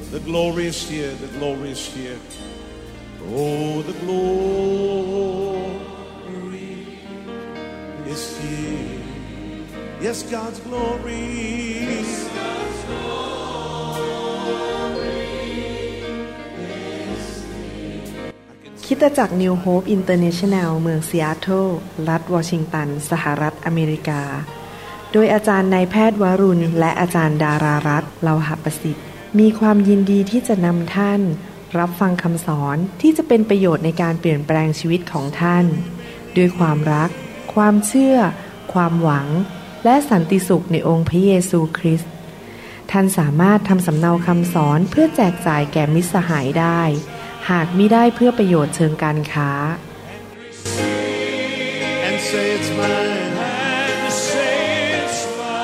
The glory is here. The glory is here. Oh, the glory is here. Yes, God's glory. Yes, God's glory is here. คริสตจักร New Hope International เมืองซีแอตเทิลรัฐวอชิงตันสหรัฐอเมริกาโดยอาจารย์นายแพทย์วรุณและอาจารย์ดารารัตน์เลาหประสิทธิ์มีความยินดีที่จะนำท่านรับฟังคำสอนที่จะเป็นประโยชน์ในการเปลี่ยนแปลงชีวิตของท่านด้วยความรักความเชื่อความหวังและสันติสุขในองค์พระเยซูคริสต์ท่านสามารถทำสำเนาคำสอนเพื่อแจกจ่ายแก่มิตรสหายได้หากมิได้เพื่อประโยชน์เชิงการค้า And say it's mine. And say it's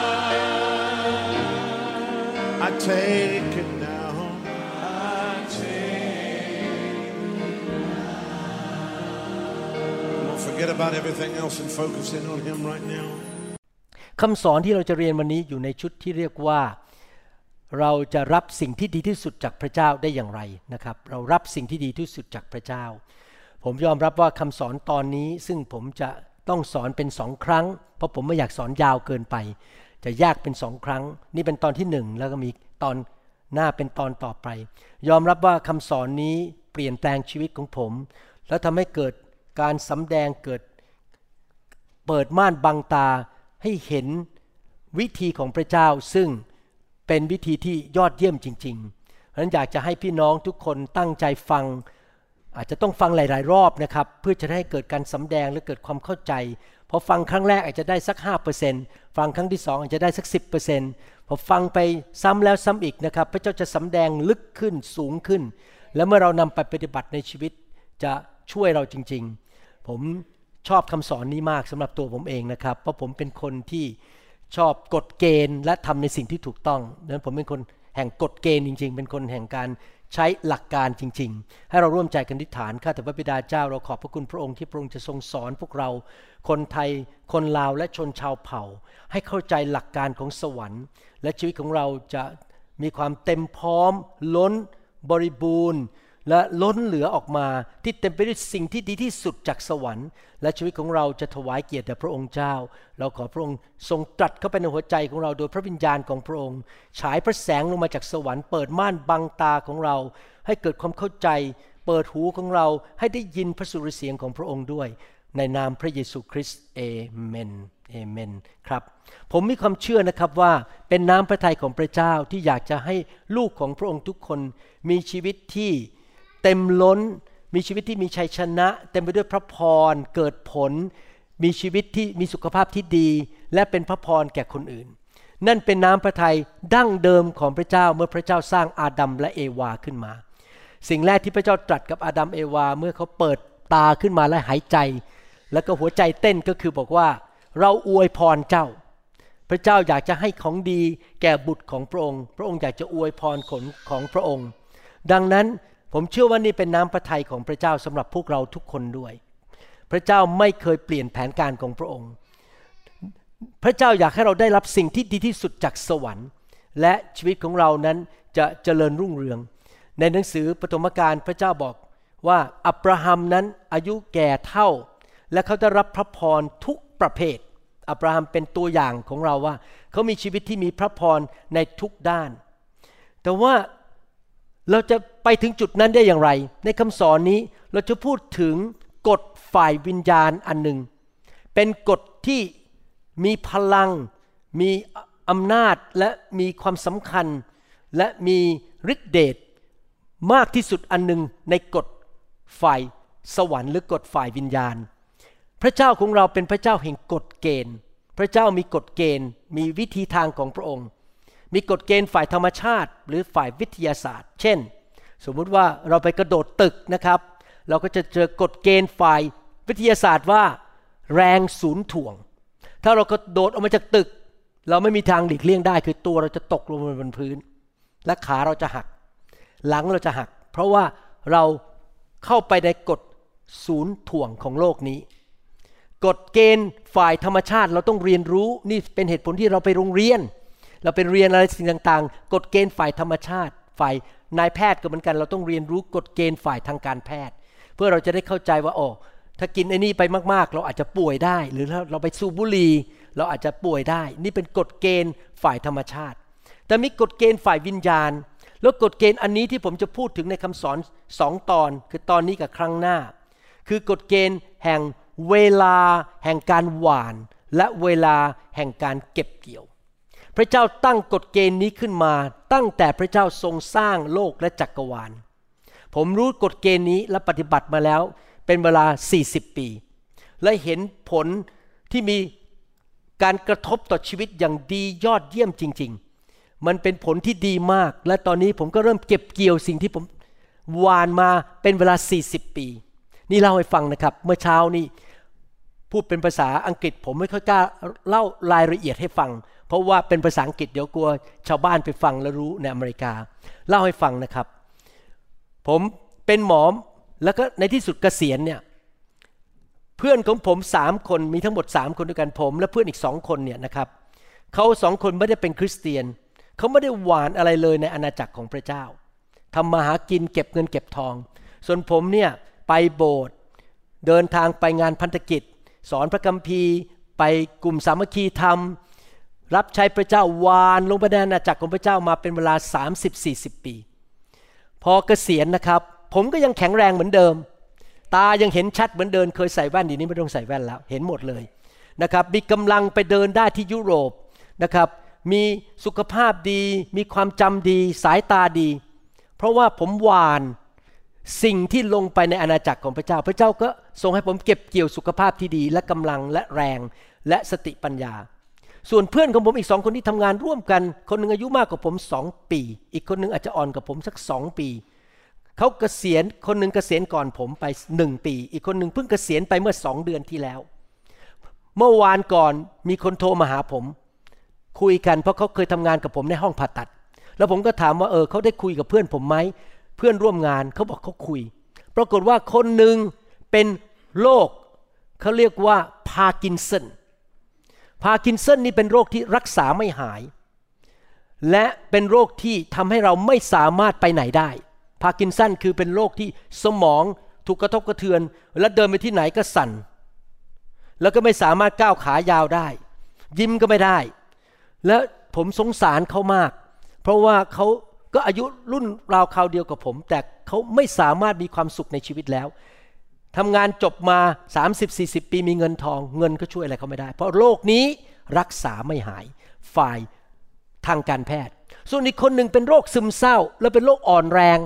mine. I take it now. I take it now. Don't forget about everything else and focus in on Him right now. คำสอนที่เราจะเรียนวันนี้อยู่ในชุดที่เรียกว่าเราจะรับสิ่งที่ดีที่สุดจากพระเจ้าได้อย่างไรนะครับเรารับสิ่งที่ดีที่สุดจากพระเจ้าผมยอมรับว่าคำสอนตอนนี้ซึ่งผมจะต้องสอนเป็น2ครั้งเพราะผมไม่อยากสอนยาวเกินไปจะแยกเป็น2ครั้งนี่เป็นตอนที่1แล้วก็มีตอนหน้าเป็นตอนต่อไปยอมรับว่าคำสอนนี้เปลี่ยนแปลงชีวิตของผมแล้วทำให้เกิดการสำแดงเกิดเปิดม่านบังตาให้เห็นวิธีของพระเจ้าซึ่งเป็นวิธีที่ยอดเยี่ยมจริงๆเพราะฉะนั้นอยากจะให้พี่น้องทุกคนตั้งใจฟังอาจจะต้องฟังหลายๆรอบนะครับเพื่อจะให้เกิดการสำแดงและเกิดความเข้าใจพอฟังครั้งแรกอาจจะได้สัก 5% ฟังครั้งที่2อาจจะได้สัก 10% พอฟังไปซ้ำแล้วซ้ำอีกนะครับพระเจ้าจะสำแดงลึกขึ้นสูงขึ้นและเมื่อเรานำไปปฏิบัติในชีวิตจะช่วยเราจริงๆผมชอบคำสอนนี้มากสำหรับตัวผมเองนะครับเพราะผมเป็นคนที่ชอบกฎเกณฑ์และทำในสิ่งที่ถูกต้องดังนั้นผมเป็นคนแห่งกฎเกณฑ์จริงๆเป็นคนแห่งการใช้หลักการจริงๆให้เราร่วมใจกันอธิษฐานข้าแต่พระบิดาเจ้าเราขอบพระคุณพระองค์ที่พระองค์จะทรงสอนพวกเราคนไทยคนลาวและชนชาวเผ่าให้เข้าใจหลักการของสวรรค์และชีวิตของเราจะมีความเต็มพร้อมล้นบริบูรณ์และล้นเหลือออกมาที่เต็มไปด้วยสิ่งที่ดีที่สุดจากสวรรค์และชีวิตของเราจะถวายเกียรติแด่พระองค์เจ้าเราขอพระองค์ทรงตรัสเข้าไปในหัวใจของเราโดยพระวิญญาณของพระองค์ฉายพระแสงลงมาจากสวรรค์เปิดม่านบังตาของเราให้เกิดความเข้าใจเปิดหูของเราให้ได้ยินพระสุรเสียงของพระองค์ด้วยในนามพระเยซูคริสต์เอเมนเอเมนครับผมมีความเชื่อนะครับว่าเป็นน้ำพระทัยของพระเจ้าที่อยากจะให้ลูกของพระองค์ทุกคนมีชีวิตที่เต็มล้นมีชีวิตที่มีชัยชนะเต็มไปด้วยพระพรเกิดผลมีชีวิตที่มีสุขภาพที่ดีและเป็นพระพรแก่คนอื่นนั่นเป็นน้ำพระทัยดั้งเดิมของพระเจ้าเมื่อพระเจ้าสร้างอาดัมและเอวาขึ้นมาสิ่งแรกที่พระเจ้าตรัสกับอาดัมเอวาเมื่อเขาเปิดตาขึ้นมาและหายใจแล้วก็หัวใจเต้นก็คือบอกว่าเราอวยพรเจ้าพระเจ้าอยากจะให้ของดีแก่บุตรของพระองค์พระองค์อยากจะอวยพรของพระองค์ดังนั้นผมเชื่อว่านี่เป็นน้ำพระทัยของพระเจ้าสำหรับพวกเราทุกคนด้วยพระเจ้าไม่เคยเปลี่ยนแผนการของพระองค์พระเจ้าอยากให้เราได้รับสิ่งที่ดีที่สุดจากสวรรค์และชีวิตของเรานั้นจะเจริญรุ่งเรืองในหนังสือปฐมกาลพระเจ้าบอกว่าอับราฮัมนั้นอายุแก่เฒ่าและเขาได้รับพระพรทุกประเภทอับราฮัมเป็นตัวอย่างของเราว่าเขามีชีวิตที่มีพระพรในทุกด้านแต่ว่าเราจะไปถึงจุดนั้นได้อย่างไรในคำสอนนี้เราจะพูดถึงกฎฝ่ายวิญญาณอันหนึ่งเป็นกฎที่มีพลังมีอำนาจและมีความสำคัญและมีฤทธิเดชมากที่สุดอันหนึ่งในกฎฝ่ายสวรรค์หรือกฎฝ่ายวิญญาณพระเจ้าของเราเป็นพระเจ้าแห่งกฎเกณฑ์พระเจ้ามีกฎเกณฑ์มีวิธีทางของพระองค์มีกฎเกณฑ์ฝ่ายธรรมชาติหรือฝ่ายวิทยาศาสตร์เช่นสมมุติว่าเราไปกระโดดตึกนะครับเราก็จะเจอกฎเกณฑ์ฝ่ายวิทยาศาสตร์ว่าแรงศูนย์ถ่วงถ้าเรากระโดดออกมาจากตึกเราไม่มีทางหลีกเลี่ยงได้คือตัวเราจะตกลงบนพื้นและขาเราจะหักหลังเราจะหักเพราะว่าเราเข้าไปในกฎศูนย์ถ่วงของโลกนี้กฎเกณฑ์ฝ่ายธรรมชาติเราต้องเรียนรู้นี่เป็นเหตุผลที่เราไปโรงเรียนเราไปเรียนอะไรสิ่งต่างๆกฎเกณฑ์ฝ่ายธรรมชาติฝ่ายนายแพทย์ก็เหมือนกันเราต้องเรียนรู้กฎเกณฑ์ฝ่ายทางการแพทย์เพื่อเราจะได้เข้าใจว่าถ้ากินไอ้นี่ไปมากๆเราอาจจะป่วยได้หรือถ้าเราไปสูบบุหรี่เราอาจจะป่วยได้นี่เป็นกฎเกณฑ์ฝ่ายธรรมชาติแต่มีกฎเกณฑ์ฝ่ายวิญญาณแล้วกฎเกณฑ์อันนี้ที่ผมจะพูดถึงในคำสอน2 ตอนคือตอนนี้กับครั้งหน้าคือกฎเกณฑ์แห่งเวลาแห่งการหว่านและเวลาแห่งการเก็บเกี่ยวพระเจ้าตั้งกฎเกณฑ์นี้ขึ้นมาตั้งแต่พระเจ้าทรงสร้างโลกและจักรวาลผมรู้กฎเกณฑ์นี้และปฏิบัติมาแล้วเป็นเวลา40 ปีและเห็นผลที่มีการกระทบต่อชีวิตอย่างดียอดเยี่ยมจริงๆมันเป็นผลที่ดีมากและตอนนี้ผมก็เริ่มเก็บเกี่ยวสิ่งที่ผมหว่านมาเป็นเวลา40 ปีนี่เล่าให้ฟังนะครับเมื่อเช้านี้พูดเป็นภาษาอังกฤษผมไม่ค่อยกล้าเล่ารายละเอียดให้ฟังเพราะว่าเป็นภาษาอังกฤษเดี๋ยวกลัวชาวบ้านไปฟังแล้วรู้ในอเมริกาเล่าให้ฟังนะครับผมเป็นหมอแล้วก็ในที่สุดเกษียณเนี่ยเพื่อนของผม3 คนมีทั้งหมด3 คนด้วยกันผมและเพื่อนอีก2 คนเนี่ยนะครับเขา2 คนไม่ได้เป็นคริสเตียนเขาไม่ได้หวานอะไรเลยในอาณาจักรของพระเจ้าทำมาหากินเก็บเงินเก็บทองส่วนผมเนี่ยไปโบสถ์เดินทางไปงานพันธกิจสอนพระคัมภีร์ไปกลุ่มสามัคคีธรรมรับใช้พระเจ้าวานลงไปในอาณาจักรของพระเจ้ามาเป็นเวลา 30-40 ปีพอเกษียณนะครับผมก็ยังแข็งแรงเหมือนเดิมตายังเห็นชัดเหมือนเดิมเคยใส่แว่นเดี๋ยวนี้ไม่ต้องใส่แว่นแล้วเห็นหมดเลยนะครับมีกำลังไปเดินได้ที่ยุโรปนะครับมีสุขภาพดีมีความจำดีสายตาดีเพราะว่าผมหว่านสิ่งที่ลงไปในอาณาจักรของพระเจ้าพระเจ้าก็ทรงให้ผมเก็บเกี่ยวสุขภาพที่ดีและกำลังและแรงและสติปัญญาส่วนเพื่อนของผมอีก2 คนที่ทำงานร่วมกันคนนึงอายุมากกว่าผม2 ปีอีกคนนึงอาจจะอ่อนกว่าผมสัก2 ปีเขาเกษียณคนนึงเกษียณก่อนผมไป1 ปีอีกคนนึงเพิ่งเกษียณไปเมื่อ2 เดือนที่แล้วเมื่อวานก่อนมีคนโทรมาหาผมคุยกันเพราะเขาเคยทำงานกับผมในห้องผ่าตัดแล้วผมก็ถามว่าเขาได้คุยกับเพื่อนผมไหมเพื่อนร่วมงานเขาบอกเขาคุยปรากฏว่าคนหนึ่งเป็นโรคเขาเรียกว่าพาร์กินสันนี่เป็นโรคที่รักษาไม่หายและเป็นโรคที่ทำให้เราไม่สามารถไปไหนได้พาร์กินสันคือเป็นโรคที่สมองถูกกระทบกระเทือนและเดินไปที่ไหนก็สั่นแล้วก็ไม่สามารถก้าวขายาวได้ยิ้มก็ไม่ได้และผมสงสารเขามากเพราะว่าเขาก็อายุรุ่นราวคราวเดียวกับผมแต่เขาไม่สามารถมีความสุขในชีวิตแล้วทำงานจบมา 30-40 ปีมีเงินทองเงินก็ช่วยอะไรเขาไม่ได้เพราะโรคนี้รักษาไม่หายฝ่ายทางการแพทย์ส่วนอีกคนหนึ่งเป็นโรคซึมเศร้าและเป็นโรคอ่อนแรง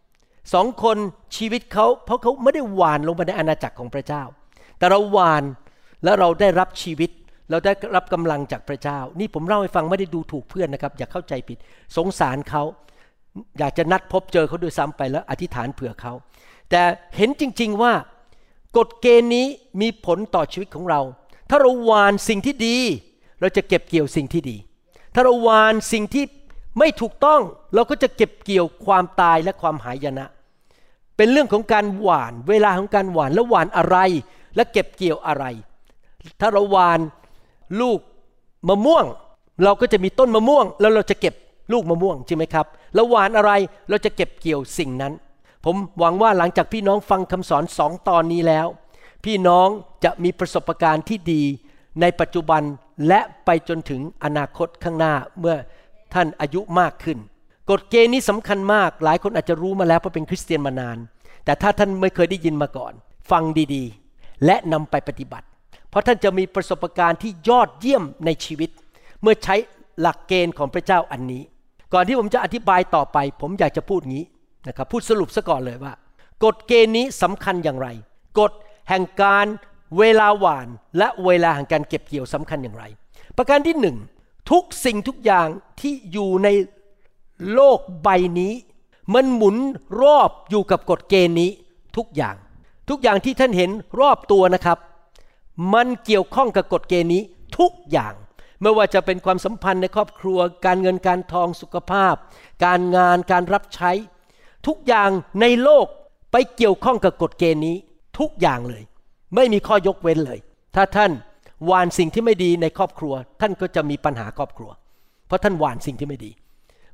2 คนชีวิตเขาเพราะเขาไม่ได้หว่านลงไปในอาณาจักรของพระเจ้าแต่เราหว่านแล้วเราได้รับชีวิตเราได้รับกำลังจากพระเจ้านี่ผมเล่าให้ฟังไม่ได้ดูถูกเพื่อนนะครับอย่าเข้าใจผิดสงสารเขาอยากจะนัดพบเจอเขาด้วยซ้ำไปแล้วอธิษฐานเผื่อเขาแต่เห็นจริงๆว่ากฎเกณฑ์นี้มีผลต่อชีวิตของเราถ้าเราหว่านสิ่งที่ดีเราจะเก็บเกี่ยวสิ่งที่ดีถ้าเราหว่านสิ่งที่ไม่ถูกต้องเราก็จะเก็บเกี่ยวความตายและความหายนะเป็นเรื่องของการหว่านเวลาของการหว่านแล้วหว่านอะไรและเก็บเกี่ยวอะไรถ้าเราหว่านลูกมะม่วงเราก็จะมีต้นมะม่วงแล้วเราจะเก็บลูกมะม่วงใช่ไหมครับแล้วหว่านอะไรเราจะเก็บเกี่ยวสิ่งนั้นผมหวังว่าหลังจากพี่น้องฟังคำสอน2 ตอนนี้แล้วพี่น้องจะมีประสบการณ์ที่ดีในปัจจุบันและไปจนถึงอนาคตข้างหน้าเมื่อท่านอายุมากขึ้นกฎเกณฑ์นี้สำคัญมากหลายคนอาจจะรู้มาแล้วเพราะเป็นคริสเตียนมานานแต่ถ้าท่านไม่เคยได้ยินมาก่อนฟังดีๆและนำไปปฏิบัติเพราะท่านจะมีประสบการณ์ที่ยอดเยี่ยมในชีวิตเมื่อใช้หลักเกณฑ์ของพระเจ้าอันนี้ก่อนที่ผมจะอธิบายต่อไปผมอยากจะพูดงี้นะครับพูดสรุปซะก่อนเลยว่ากฎเกณฑ์นี้สำคัญอย่างไรกฎแห่งการเวลาหว่านและเวลาแห่งการเก็บเกี่ยวสำคัญอย่างไรประการที่1ทุกสิ่งทุกอย่างที่อยู่ในโลกใบนี้มันหมุนรอบอยู่กับกฎเกณฑ์นี้ทุกอย่างที่ท่านเห็นรอบตัวนะครับมันเกี่ยวข้องกับกฎเกณฑ์นี้ทุกอย่างไม่ว่าจะเป็นความสัมพันธ์ในครอบครัวการเงินการทองสุขภาพการงานการรับใช้ทุกอย่างในโลกไปเกี่ยวข้องกับกฎเกณฑ์นี้ทุกอย่างเลยไม่มีข้อยกเว้นเลยถ้าท่านหว่านสิ่งที่ไม่ดีในครอบครัวท่านก็จะมีปัญหาครอบครัวเพราะท่านหว่านสิ่งที่ไม่ดี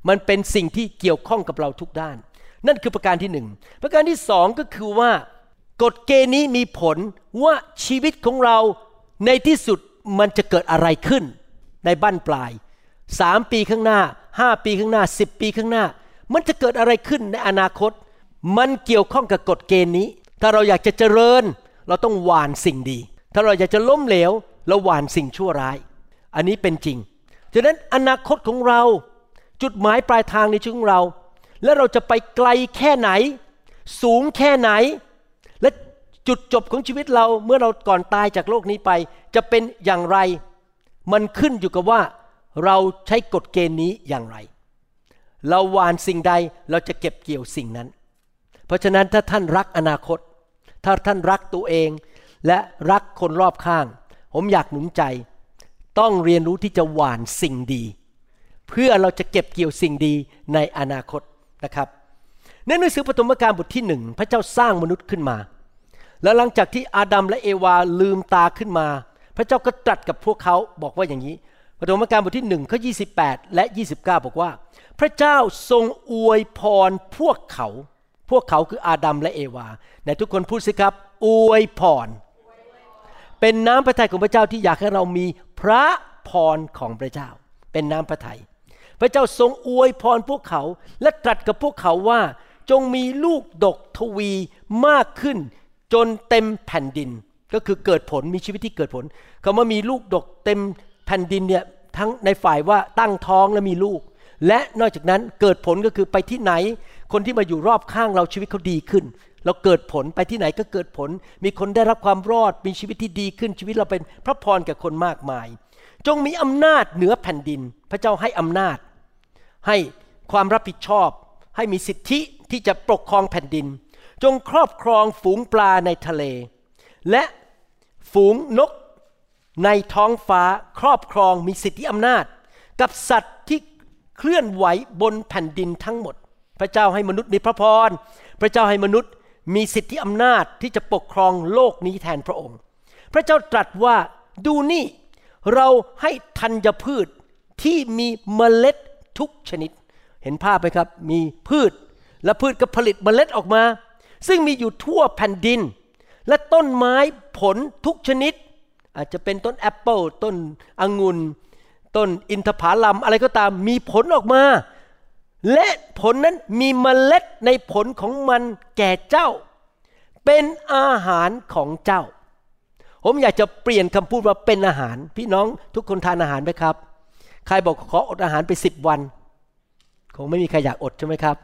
มันเป็นสิ่งที่เกี่ยวข้องกับเราทุกด้านนั่นคือประการที่1ประการที่2ก็คือว่ากฎเกณฑ์นี้มีผลว่าชีวิตของเราในที่สุดมันจะเกิดอะไรขึ้นในบั้นปลาย3 ปีข้างหน้า5 ปีข้างหน้า10 ปีข้างหน้ามันจะเกิดอะไรขึ้นในอนาคตมันเกี่ยวข้องกับกฎเกณฑ์นี้ถ้าเราอยากจะเจริญเราต้องหว่านสิ่งดีถ้าเราอยากจะล้มเหลวเราหว่านสิ่งชั่วร้ายอันนี้เป็นจริงฉะนั้นอนาคตของเราจุดหมายปลายทางในชีวิตของเราและเราจะไปไกลแค่ไหนสูงแค่ไหนและจุดจบของชีวิตเราเมื่อเราก่อนตายจากโลกนี้ไปจะเป็นอย่างไรมันขึ้นอยู่กับว่าเราใช้กฎเกณฑ์นี้อย่างไรเราหว่านสิ่งใดเราจะเก็บเกี่ยวสิ่งนั้นเพราะฉะนั้นถ้าท่านรักอนาคตถ้าท่านรักตัวเองและรักคนรอบข้างผมอยากหนุนใจต้องเรียนรู้ที่จะหว่านสิ่งดีเพื่อเราจะเก็บเกี่ยวสิ่งดีในอนาคตนะครับในหนังสือปฐมกาลบทที่1พระเจ้าสร้างมนุษย์ขึ้นมาแล้วหลังจากที่อาดัมและเอวาลืมตาขึ้นมาพระเจ้าก็ตรัสกับพวกเขาบอกว่าอย่างนี้ปฐมกาลบทที่1ข้อ28และ29บอกว่าพระเจ้าทรงอวยพรพวกเขาคืออาดัมและเอวาไหนทุกคนพูดสิครับอวยพรเป็นน้ำพระทัยของพระเจ้าที่อยากให้เรามีพระพรของพระเจ้าเป็นน้ำพระทัยพระเจ้าทรงอวยพรพวกเขาและตรัสกับพวกเขาว่าจงมีลูกดกทวีมากขึ้นจนเต็มแผ่นดินก็คือเกิดผลมีชีวิตที่เกิดผลคำว่ามีลูกดกเต็มแผ่นดินเนี่ยทั้งในฝ่ายว่าตั้งท้องและมีลูกและนอกจากนั้นเกิดผลก็คือไปที่ไหนคนที่มาอยู่รอบข้างเราชีวิตเขาดีขึ้นเราเกิดผลไปที่ไหนก็เกิดผลมีคนได้รับความรอดมีชีวิตที่ดีขึ้นชีวิตเราเป็นพระพรแก่คนมากมายจงมีอำนาจเหนือแผ่นดินพระเจ้าให้อำนาจให้ความรับผิดชอบให้มีสิทธิที่จะปกครองแผ่นดินจงครอบครองฝูงปลาในทะเลและฝูงนกในท้องฟ้าครอบครองมีสิทธิอำนาจกับสัตว์ที่เคลื่อนไหวบนแผ่นดินทั้งหมดพระเจ้าให้มนุษย์มีพระพรพระเจ้าให้มนุษย์มีสิทธิอำนาจที่จะปกครองโลกนี้แทนพระองค์พระเจ้าตรัสว่าดูนี่เราให้ธัญพืชที่มีเมล็ดทุกชนิดเห็นภาพไหมครับมีพืชและพืชก็ผลิตเมล็ดออกมาซึ่งมีอยู่ทั่วแผ่นดินและต้นไม้ผลทุกชนิดอาจจะเป็นต้นแอปเปิลต้นองุ่นต้นอินทผลัมอะไรก็ตามมีผลออกมาและผลนั้นมีเมล็ดในผลของมันแก่เจ้าเป็นอาหารของเจ้าผมอยากจะเปลี่ยนคำพูดว่าเป็นอาหารพี่น้องทุกคนทานอาหารไหมครับใครบอกขออดอาหารไป10 วันคงไม่มีใครอยากอดใช่ไหมครับ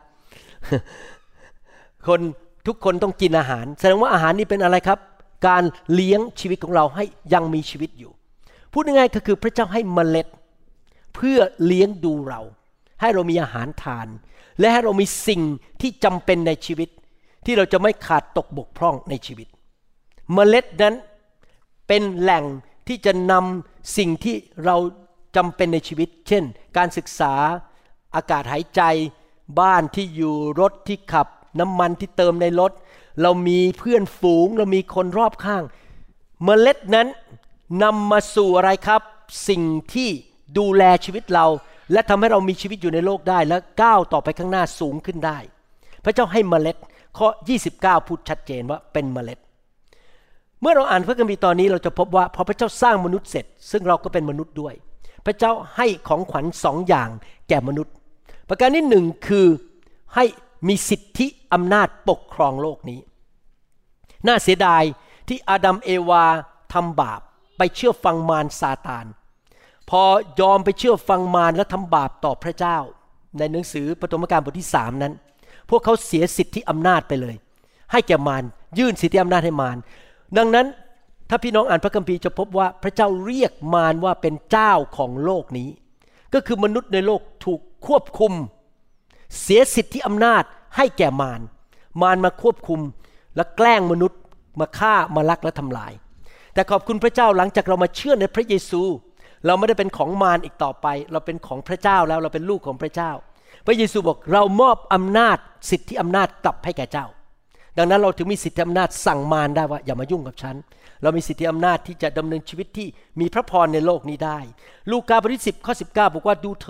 คนทุกคนต้องกินอาหารแสดงว่าอาหารนี่เป็นอะไรครับการเลี้ยงชีวิตของเราให้ยังมีชีวิตอยู่พูดง่ายๆก็คือพระเจ้าให้เมล็ดเพื่อเลี้ยงดูเราให้เรามีอาหารทานและให้เรามีสิ่งที่จำเป็นในชีวิตที่เราจะไม่ขาดตกบกพร่องในชีวิตเมล็ดนั้นเป็นแหล่งที่จะนำสิ่งที่เราจำเป็นในชีวิตเช่นการศึกษาอากาศหายใจบ้านที่อยู่รถที่ขับน้ำมันที่เติมในรถเรามีเพื่อนฝูงเรามีคนรอบข้างเมล็ดนั้นนำมาสู่อะไรครับสิ่งที่ดูแลชีวิตเราและทำให้เรามีชีวิตอยู่ในโลกได้และก้าวต่อไปข้างหน้าสูงขึ้นได้พระเจ้าให้เมล็ดข้อ29พูดชัดเจนว่าเป็นเมล็ดเมื่อเราอ่านพระคัมภีร์ตอนนี้เราจะพบว่าพอพระเจ้าสร้างมนุษย์เสร็จซึ่งเราก็เป็นมนุษย์ด้วยพระเจ้าให้ของขวัญ2 อย่างแก่มนุษย์ประการที่1คือให้มีสิทธิอำนาจปกครองโลกนี้น่าเสียดายที่อาดัมเอวาทำบาปไปเชื่อฟังมารซาตานพอยอมไปเชื่อฟังมารและทำบาปต่อพระเจ้าในหนังสือปฐมกาลบทที่3นั้นพวกเขาเสียสิทธิอำนาจไปเลยให้แก่มารยื่นสิทธิอำนาจให้มารดังนั้นถ้าพี่น้องอ่านพระคัมภีร์จะพบว่าพระเจ้าเรียกมารว่าเป็นเจ้าของโลกนี้ก็คือมนุษย์ในโลกถูกควบคุมเสียสิทธิอำนาจให้แก่มารมาควบคุมและแกล้งมนุษย์มาฆ่ามาลักและทำลายแต่ขอบคุณพระเจ้าหลังจากเรามาเชื่อในพระเยซูเราไม่ได้เป็นของมารอีกต่อไปเราเป็นของพระเจ้าแล้วเราเป็นลูกของพระเจ้าพระเยซูบอกเรามอบอำนาจสิทธิอำนาจกลับให้แก่เจ้าดังนั้นเราถึงมีสิทธิอำนาจสั่งมารได้ว่าอย่ามายุ่งกับฉันเรามีสิทธิอำนาจที่จะดำเนินชีวิตที่มีพระพรในโลกนี้ได้ลูกาบทที่10ข้อ19บอกว่าดูเถิด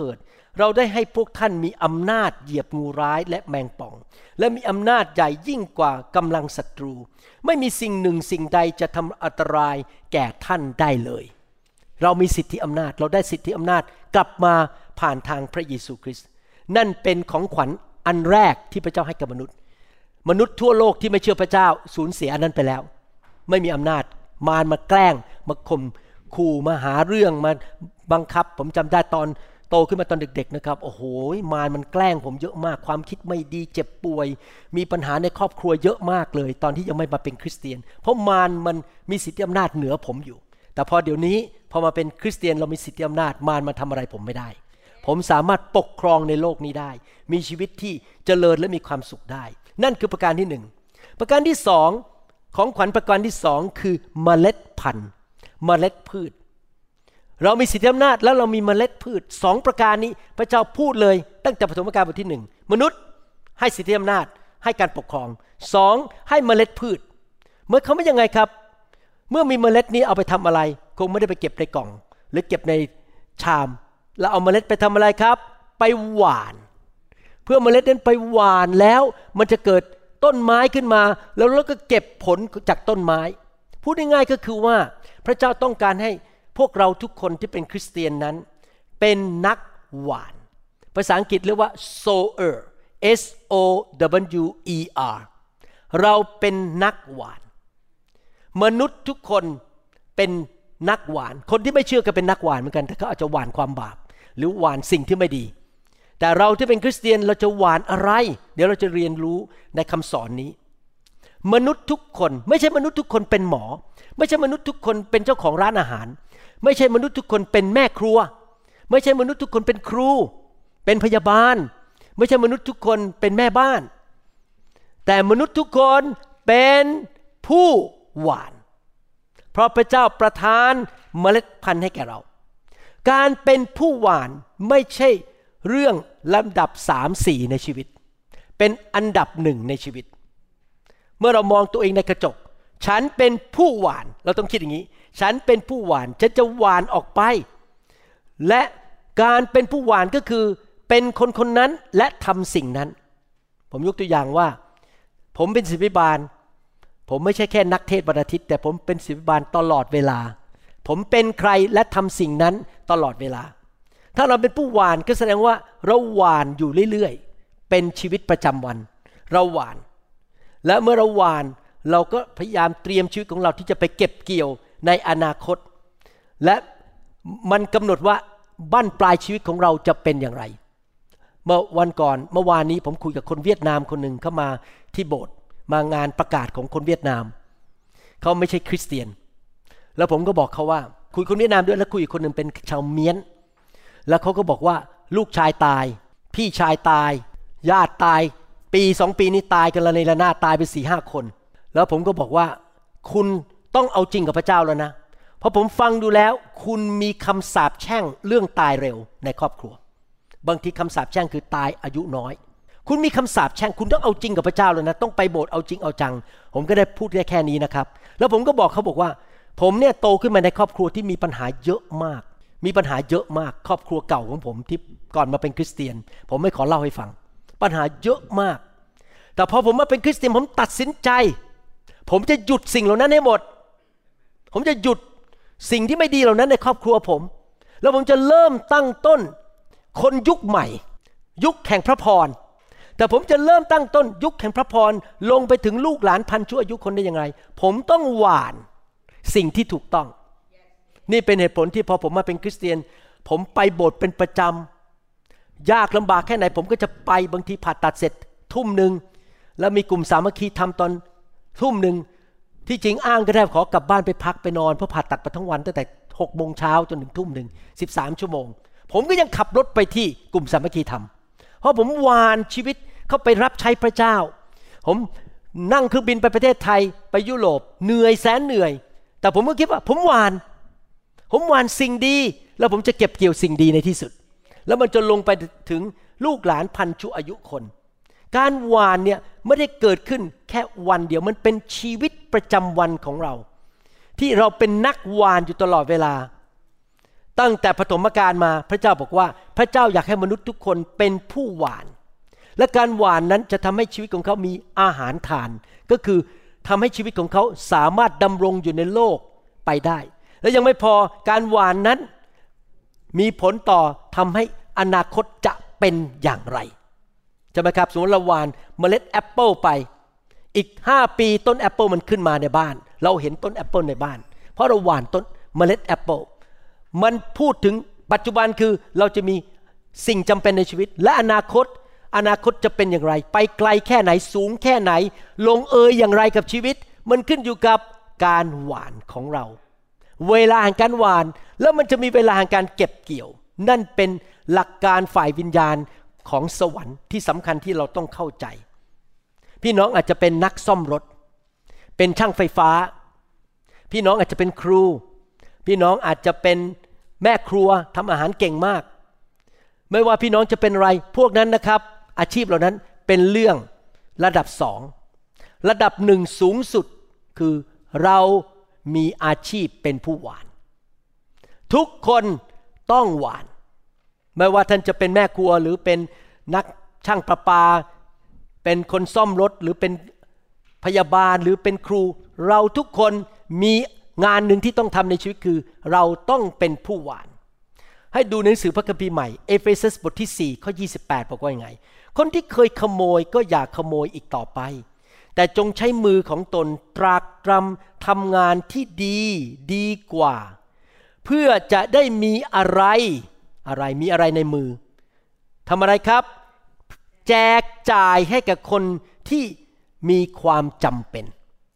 เราได้ให้พวกท่านมีอำนาจเหยียบงูร้ายและแมงป่องและมีอำนาจใหญ่ยิ่งกว่ากำลังศัตรูไม่มีสิ่งหนึ่งสิ่งใดจะทำอันตรายแก่ท่านได้เลยเรามีสิทธิอำนาจเราได้สิทธิอำนาจกลับมาผ่านทางพระเยซูคริสต์นั่นเป็นของขวัญอันแรกที่พระเจ้าให้กับมนุษย์ทั่วโลกที่ไม่เชื่อพระเจ้าสูญเสียอันนั้นไปแล้วไม่มีอำนาจมารมาแกล้งมาข่มขู่มาหาเรื่องมาบังคับผมจำได้ตอนโตขึ้นมาตอนเด็กๆนะครับโอ้โหมารมันแกล้งผมเยอะมากความคิดไม่ดีเจ็บป่วยมีปัญหาในครอบครัวเยอะมากเลยตอนที่ยังไม่มาเป็นคริสเตียนเพราะมารมันมีสิทธิอำนาจเหนือผมอยู่แต่พอเดี๋ยวนี้พอมาเป็นคริสเตียนเรามีสิทธิอำนาจมารมาทำอะไรผมไม่ได้ผมสามารถปกครองในโลกนี้ได้มีชีวิตที่เจริญและมีความสุขได้นั่นคือประการที่1ประการที่2ของขวัญประการที่2คือเมล็ดพันธุ์เมล็ดพืชเรามีสิทธิอำนาจแล้วเรามีเมล็ดพืช2ประการนี้พระเจ้าพูดเลยตั้งแต่ปฐมกาลบทที่1มนุษย์ให้สิทธิอำนาจให้การปกครอง2ให้เมล็ดพืชเมื่อเขาไม่ยังไงครับเมื่อมีเมล็ดนี้เอาไปทำอะไรคงไม่ได้ไปเก็บในกล่องหรือเก็บในชามแล้วเอาเมล็ดไปทำอะไรครับไปหว่านเพื่อเมล็ดนั้นไปหว่านแล้วมันจะเกิดต้นไม้ขึ้นมาแล้วเราก็เก็บผลจากต้นไม้พูดง่ายๆก็คือว่าพระเจ้าต้องการให้พวกเราทุกคนที่เป็นคริสเตียนนั้นเป็นนักหว่านภาษาอังกฤษเรียกว่า sower S O W E R เราเป็นนักหว่านมนุษย์ทุกคนเป็นนักหว่านคนที่ไม่เชื่อก็เป็นนักหว่านเหมือนกันแต่เขาอาจจะหว่านความบาปหรือหว่านสิ่งที่ไม่ดีแต่เราที่เป็นคริสเตียนเราจะหว่านอะไรเดี๋ยวเราจะเรียนรู้ในคำสอนนี้มนุษย์ทุกคนไม่ใช่มนุษย์ทุกคนเป็นหมอไม่ใช่มนุษย์ทุกคนเป็นเจ้าของร้านอาหารไม่ใช่มนุษย์ทุกคนเป็นแม่ครัวไม่ใช่มนุษย์ทุกคนเป็นครูเป็นพยาบาลไม่ใช่มนุษย์ทุกคนเป็นแม่บ้านแต่มนุษย์ทุกคนเป็นผู้หว่านเพราะพระเจ้าประทานเมล็ดพันธุ์ให้แก่เราการเป็นผู้หว่านไม่ใช่เรื่องลำดับ 3-4 ในชีวิตเป็นอันดับ1ในชีวิตเมื่อเรามองตัวเองในกระจกฉันเป็นผู้หว่านเราต้องคิดอย่างนี้ฉันเป็นผู้หว่านฉันจะหว่านออกไปและการเป็นผู้หว่านก็คือเป็นคนคนนั้นและทำสิ่งนั้นผมยกตัวอย่างว่าผมเป็นศิษย์บาลผมไม่ใช่แค่นักเทศน์วันอาทิตย์แต่ผมเป็นศิษย์บาลตลอดเวลาผมเป็นใครและทำสิ่งนั้นตลอดเวลาถ้าเราเป็นผู้หว่านก็แสดงว่าเราหว่านอยู่เรื่อยๆเป็นชีวิตประจำวันเราหว่านและเมื่อเราหว่านเราก็พยายามเตรียมชีวิตของเราที่จะไปเก็บเกี่ยวในอนาคตและมันกำหนดว่าบั้นปลายชีวิตของเราจะเป็นอย่างไรเมื่อวานนี้ผมคุยกับคนเวียดนามคนหนึ่งเข้ามาที่โบสถ์มางานประกาศของคนเวียดนามเขาไม่ใช่คริสเตียนแล้วผมก็บอกเขาว่าคุยคนเวียดนามด้วยแล้วคุยอีกคนหนึ่งเป็นชาวเมียนแล้วเขาก็บอกว่าลูกชายตายพี่ชายตายญาติตายปี2 ปีนี้ตายกันละในระนาดตายไป 4-5 คนแล้วผมก็บอกว่าคุณต้องเอาจริงกับพระเจ้าแล้วนะเพราะผมฟังดูแล้วคุณมีคำสาปแช่งเรื่องตายเร็วในครอบครัวบางทีคำสาปแช่งคือตายอายุน้อยคุณมีคำสาปแช่งคุณต้องเอาจริงกับพระเจ้าแล้วนะต้องไปโบสถ์เอาจริงเอาจังผมก็ได้พูดแค่นี้นะครับแล้วผมก็บอกเขาบอกว่าผมเนี่ยโตขึ้นมาในครอบครัวที่มีปัญหาเยอะมากครอบครัวเก่าของผมที่ก่อนมาเป็นคริสเตียนผมไม่ขอเล่าให้ฟังปัญหาเยอะมากแต่พอผมมาเป็นคริสเตียนผมตัดสินใจผมจะหยุดสิ่งเหล่านั้นให้หมดผมจะหยุดสิ่งที่ไม่ดีเหล่านั้นในครอบครัวผมแล้วผมจะเริ่มตั้งต้นคนยุคใหม่ยุคแห่งพระพรแต่ผมจะเริ่มตั้งต้นยุคแห่งพระพรลงไปถึงลูกหลานพันชั่วอายุคนได้ยังไงผมต้องหว่านสิ่งที่ถูกต้องนี่เป็นเหตุผลที่พอผมมาเป็นคริสเตียนผมไปโบสถ์เป็นประจำยากลำบากแค่ไหนผมก็จะไปบางทีผ่าตัดเสร็จทุ่มนึงแล้วมีกลุ่มสามัคคีทำตอนทุ่มนึงที่จริงอ้างก็ได้ขอกลับบ้านไปพักไปนอนเพราะผ่าตัดมาทั้งวันตั้งแต่6 โมงเช้าจนถึงทุ่มนึง13 ชั่วโมงผมก็ยังขับรถไปที่กลุ่มสามัคคีทำเพราะผมหว่านชีวิตเข้าไปรับใช้พระเจ้าผมนั่งเครื่องบินไปประเทศไทยไปยุโรปเหนื่อยแสนเหนื่อยแต่ผมก็คิดว่าผมหว่านสิ่งดีแล้วผมจะเก็บเกี่ยวสิ่งดีในที่สุดแล้วมันจะลงไปถึงลูกหลานพันชั่วอายุคนการหว่านเนี่ยไม่ได้เกิดขึ้นแค่วันเดียวมันเป็นชีวิตประจำวันของเราที่เราเป็นนักหว่านอยู่ตลอดเวลาตั้งแต่ปฐมกาลมาพระเจ้าบอกว่าพระเจ้าอยากให้มนุษย์ทุกคนเป็นผู้หว่านและการหว่านนั้นจะทำให้ชีวิตของเขามีอาหารทานก็คือทำให้ชีวิตของเขาสามารถดำรงอยู่ในโลกไปได้และยังไม่พอการหว่านนั้นมีผลต่อทำให้อนาคตจะเป็นอย่างไรใช่ไหมครับสมมติเราหว่านเมล็ดแอปเปิลไปอีก5 ปีต้นแอปเปิลมันขึ้นมาในบ้านเราเห็นต้นแอปเปิลในบ้านเพราะเราหว่านต้นเมล็ดแอปเปิลมันพูดถึงปัจจุบันคือเราจะมีสิ่งจำเป็นในชีวิตและอนาคตจะเป็นอย่างไรไปไกลแค่ไหนสูงแค่ไหนลงเอยอย่างไรกับชีวิตมันขึ้นอยู่กับการหว่านของเราเวลาแห่งการหว่านแล้วมันจะมีเวลาแห่งการเก็บเกี่ยวนั่นเป็นหลักการฝ่ายวิญญาณของสวรรค์ที่สำคัญที่เราต้องเข้าใจพี่น้องอาจจะเป็นนักซ่อมรถเป็นช่างไฟฟ้าพี่น้องอาจจะเป็นครูพี่น้องอาจจะเป็นแม่ครัวทำอาหารเก่งมากไม่ว่าพี่น้องจะเป็นอะไรพวกนั้นนะครับอาชีพเหล่านั้นเป็นเรื่องระดับ2ระดับ1สูงสุดคือเรามีอาชีพเป็นผู้หว่านทุกคนต้องหว่านไม่ว่าท่านจะเป็นแม่ครัวหรือเป็นนักช่างประปาเป็นคนซ่อมรถหรือเป็นพยาบาลหรือเป็นครูเราทุกคนมีงานหนึ่งที่ต้องทำในชีวิตคือเราต้องเป็นผู้หว่านให้ดูหนังสือพระคัมภีร์ใหม่เอเฟซัสบทที่4ข้อ28บอกว่ายังไงคนที่เคยขโมยก็อย่าขโมยอีกต่อไปแต่จงใช้มือของตนตรากตรำทำงานที่ดีกว่าเพื่อจะได้มีอะไรมีอะไรในมือทำอะไรครับแจกจ่ายให้กับคนที่มีความจำเป็น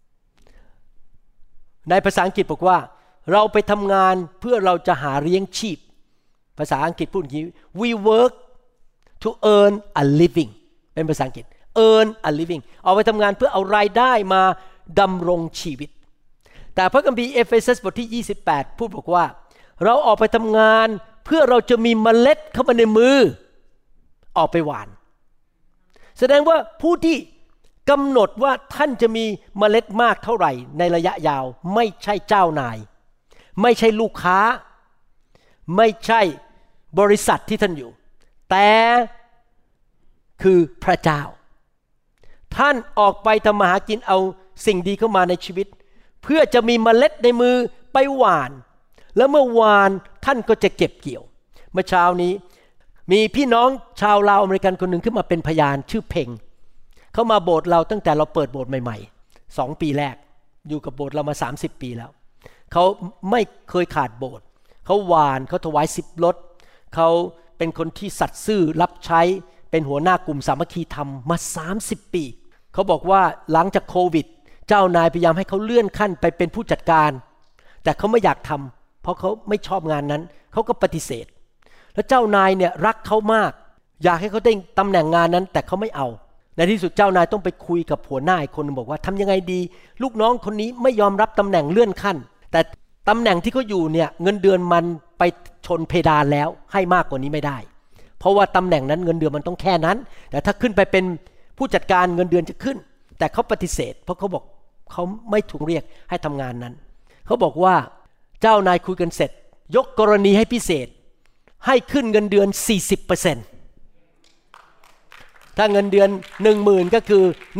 ในภาษาอังกฤษบอกว่าเราไปทำงานเพื่อเราจะหาเลี้ยงชีพภาษาอังกฤษพูดอย่างนี้ we work to earn a living เป็นภาษาอังกฤษ earn a living เอาไปทำงานเพื่อเอารายได้มาดำรงชีวิตแต่พระคัมภีร์เอเฟซัสบทที่28พูดบอกว่าเราออกไปทำงานเพื่อเราจะมีเมล็ดเข้ามาในมือออกไปหว่านแสดงว่าผู้ที่กำหนดว่าท่านจะมีเมล็ดมากเท่าไหร่ในระยะยาวไม่ใช่เจ้านายไม่ใช่ลูกค้าไม่ใช่บริษัทที่ท่านอยู่แต่คือพระเจ้าท่านออกไปทำมาหากินเอาสิ่งดีเข้ามาในชีวิตเพื่อจะมีเมล็ดในมือไปหว่านแล้วเมื่อหว่านท่านก็จะเก็บเกี่ยวเมื่อเช้านี้มีพี่น้องชาวลาวอเมริกันคนหนึ่งขึ้นมาเป็นพยานชื่อเพ่งเขามาโบสถ์เราตั้งแต่เราเปิดโบสถ์ใหม่ๆ2 ปีแรกอยู่กับโบสถ์เรามา30 ปีแล้วเขาไม่เคยขาดโบสถ์เขาหว่านเขาถวาย10 รถเขาเป็นคนที่สัตย์ซื่อรับใช้เป็นหัวหน้ากลุ่มสามัคคีธรรมมา30 ปีเขาบอกว่าหลังจากโควิดเจ้านายพยายามให้เขาเลื่อนขั้นไปเป็นผู้จัดการแต่เขาไม่อยากทำเพราะเขาไม่ชอบงานนั้นเขาก็ปฏิเสธแล้วเจ้านายเนี่ยรักเขามากอยากให้เขาได้ตำแหน่งงานนั้นแต่เขาไม่เอาในที่สุดเจ้านายต้องไปคุยกับหัวหน้าอีกคนนึงบอกว่าทำยังไงดีลูกน้องคนนี้ไม่ยอมรับตำแหน่งเลื่อนขั้นแต่ตำแหน่งที่เขาอยู่เนี่ยเงินเดือนมันไปชนเพดานแล้วให้มากกว่านี้ไม่ได้เพราะว่าตำแหน่งนั้นเงินเดือนมันต้องแค่นั้นแต่ถ้าขึ้นไปเป็นผู้จัดการเงินเดือนจะขึ้นแต่เขาปฏิเสธเพราะเขาบอกเขาไม่ถูกเรียกให้ทำงานนั้นเขาบอกว่าเจ้านายคุยกันเสร็จยกกรณีให้พิเศษให้ขึ้นเงินเดือน 40% ถ้าเงินเดือน 10,000 ก็คือ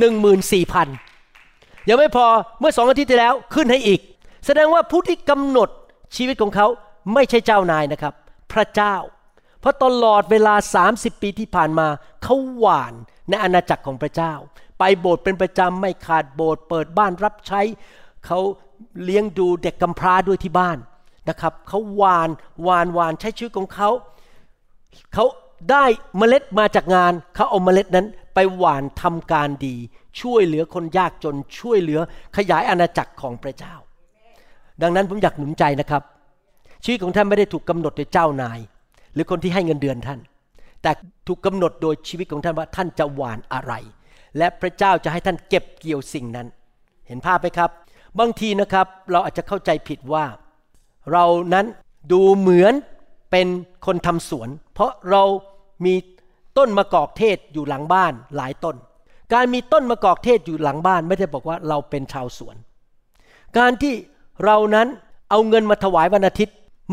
14,000 ยังไม่พอเมื่อ2 อาทิตย์ที่แล้วขึ้นให้อีกแสดงว่าผู้ที่กำหนดชีวิตของเขาไม่ใช่เจ้านายนะครับพระเจ้าเพราะตลอดเวลา30 ปีที่ผ่านมาเขาหว่านในอาณาจักรของพระเจ้าไปโบสถ์เป็นประจำไม่ขาดโบสถ์เปิดบ้านรับใช้เขาเลี้ยงดูเด็กกำพร้าด้วยที่บ้านนะครับเขาหว่านใช้ชีวิตของเขาได้เมล็ดมาจากงานเขาเอาเมล็ดนั้นไปหว่านทำการดีช่วยเหลือคนยากจนช่วยเหลือขยายอาณาจักรของพระเจ้าดังนั้นผมอยากหนุนใจนะครับชีวิตของท่านไม่ได้ถูกกำหนดโดยเจ้านายหรือคนที่ให้เงินเดือนท่านแต่ถูกกำหนดโดยชีวิตของท่านว่าท่านจะหว่านอะไรและพระเจ้าจะให้ท่านเก็บเกี่ยวสิ่งนั้นเห็นภาพไหมครับบางทีนะครับเราอาจจะเข้าใจผิดว่าเรานั้นดูเหมือนเป็นคนทำสวนเพราะเรามีต้นมะกอกเทศอยู่หลังบ้านหลายต้นการมีต้นมะกอกเทศอยู่หลังบ้านไม่ได้บอกว่าเราเป็นชาวสวนการที่เรานั้นเอาเงินมาถวายวันอาทิตย์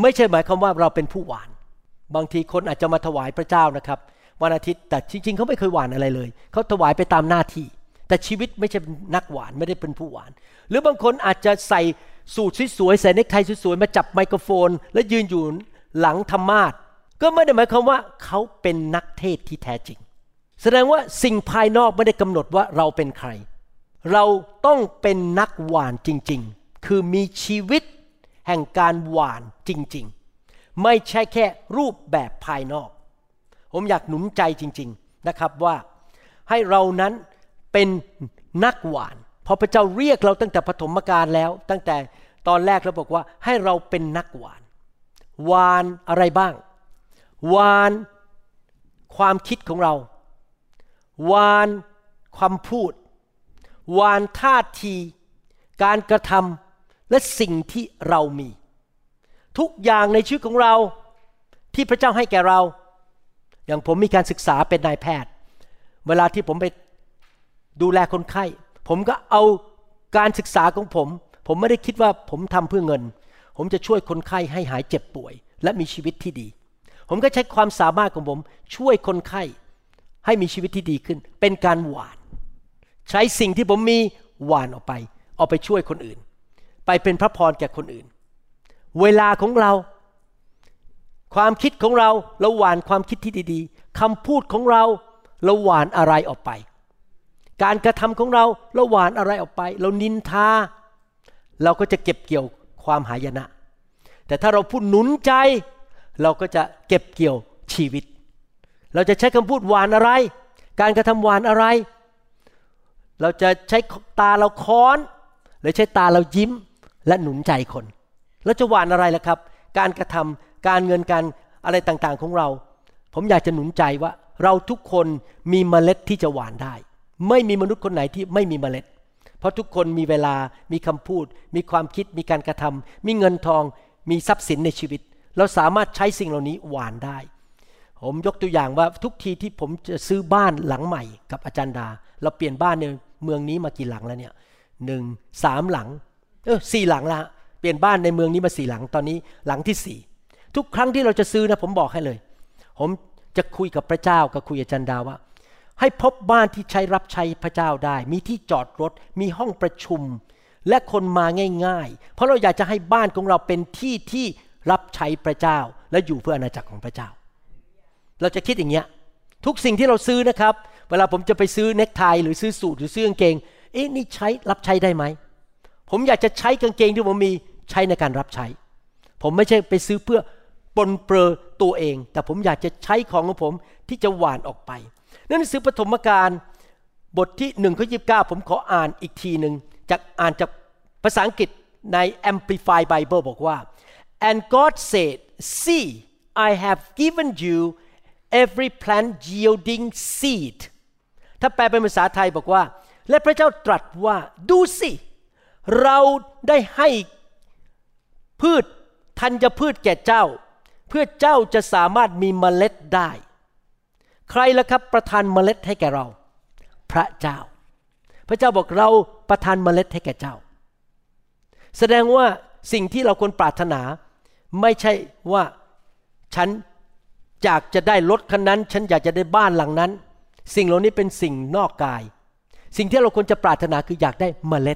ไม่ใช่หมายความว่าเราเป็นผู้หวานบางทีคนอาจจะมาถวายพระเจ้านะครับวันอาทิตย์แต่จริงๆเขาไม่เคยหวานอะไรเลยเขาถวายไปตามหน้าที่แต่ชีวิตไม่ใช่นักหวานไม่ได้เป็นผู้หวานหรือบางคนอาจจะใส่สูทสวยๆใส่เนคไทสวยๆมาจับไมโครโฟนและยืนอยู่หลังธรรมาสน์ก็ไม่ได้หมายความว่าเขาเป็นนักเทศน์ที่แท้จริงแสดงว่าสิ่งภายนอกไม่ได้กำหนดว่าเราเป็นใครเราต้องเป็นนักหวานจริงๆคือมีชีวิตแห่งการหวานจริงๆไม่ใช่แค่รูปแบบภายนอกผมอยากหนุนใจจริงๆนะครับว่าให้เรานั้นเป็นนักหวานเพราะพระเจ้าเรียกเราตั้งแต่ปฐมกาลแล้วตั้งแต่ตอนแรกเราบอกว่าให้เราเป็นนักหวานหวานอะไรบ้างหวานความคิดของเราหวานความพูดหวานท่าทีการกระทำและสิ่งที่เรามีทุกอย่างในชีวิตของเราที่พระเจ้าให้แก่เราอย่างผมมีการศึกษาเป็นนายแพทย์เวลาที่ผมไปดูแลคนไข้ผมก็เอาการศึกษาของผมไม่ได้คิดว่าผมทำเพื่อเงินผมจะช่วยคนไข้ให้หายเจ็บป่วยและมีชีวิตที่ดีผมก็ใช้ความสามารถของผมช่วยคนไข้ให้มีชีวิตที่ดีขึ้นเป็นการหวานใช้สิ่งที่ผมมีหวานออกไปเอาไปช่วยคนอื่นไปเป็นพระพรแก่คนอื่นเวลาของเราความคิดของเราหวานความคิดที่ดีๆคำพูดของเราหวานอะไรออกไปการกระทำของเราหวานอะไรออกไปเรานินทาเราก็จะเก็บเกี่ยวความหายนะแต่ถ้าเราพูดหนุนใจเราก็จะเก็บเกี่ยวชีวิตเราจะใช้คำพูดหวานอะไรการกระทำหวานอะไรเราจะใช้ตาเราค้อนหรือใช้ตาเรายิ้มและหนุนใจคนเราจะหวานอะไรล่ะครับการกระทำการเงินการอะไรต่างๆของเราผมอยากจะหนุนใจว่าเราทุกคนมีเมล็ดที่จะหวานได้ไม่มีมนุษย์คนไหนที่ไม่มีเมล็ดเพราะทุกคนมีเวลามีคำพูดมีความคิดมีการกระทำมีเงินทองมีทรัพย์สินในชีวิตเราสามารถใช้สิ่งเหล่านี้หวานได้ผมยกตัวอย่างว่าทุกทีที่ผมจะซื้อบ้านหลังใหม่กับอาจารย์ดาเราเปลี่ยนบ้านในเมืองนี้มากี่หลังแล้วเนี่ย3 หลัง4 หลังละเปลี่ยนบ้านในเมืองนี้มา4 หลังตอนนี้หลังที่4ทุกครั้งที่เราจะซื้อนะผมบอกให้เลยผมจะคุยกับพระเจ้ากับคุยกับอาจารย์ดาว่าให้พบบ้านที่ใช้รับใช้พระเจ้าได้มีที่จอดรถมีห้องประชุมและคนมาง่ายๆเพราะเราอยากจะให้บ้านของเราเป็นที่ที่รับใช้พระเจ้าและอยู่เพื่ออาณาจักรของพระเจ้าเราจะคิดอย่างเงี้ยทุกสิ่งที่เราซื้อนะครับเวลาผมจะไปซื้อเนคไทหรือซื้อสูทหรือซื้อกางเกงนี่ใช้รับใช้ได้ไหมผมอยากจะใช้กางเกงที่ผมมีใช้ในการรับใช้ผมไม่ใช่ไปซื้อเพื่อปนเปื้อตัวเองแต่ผมอยากจะใช้ของผมที่จะหวานออกไปหนังสือปฐมกาลบทที่1ข้อ29ผมขออ่านอีกทีนึงอ่านจากภาษาอังกฤษใน Amplified Bible บอกว่า And God said see I have given you every plant yielding seed ถ้าแปลเป็นภาษาไทยบอกว่าและพระเจ้าตรัสว่าดูสิเราได้ให้พืชธัญพืชแก่เจ้าเพื่อเจ้าจะสามารถมีเมล็ดได้ใครล่ะครับประทานเมล็ดให้แก่เราพระเจ้าพระเจ้าบอกเราประทานเมล็ดให้แก่เจ้าแสดงว่าสิ่งที่เราควรปรารถนาไม่ใช่ว่าฉันอยากจะได้รถคันนั้นฉันอยากจะได้บ้านหลังนั้นสิ่งเหล่านี้เป็นสิ่งนอกกายสิ่งที่เราควรจะปรารถนาคืออยากได้เมล็ด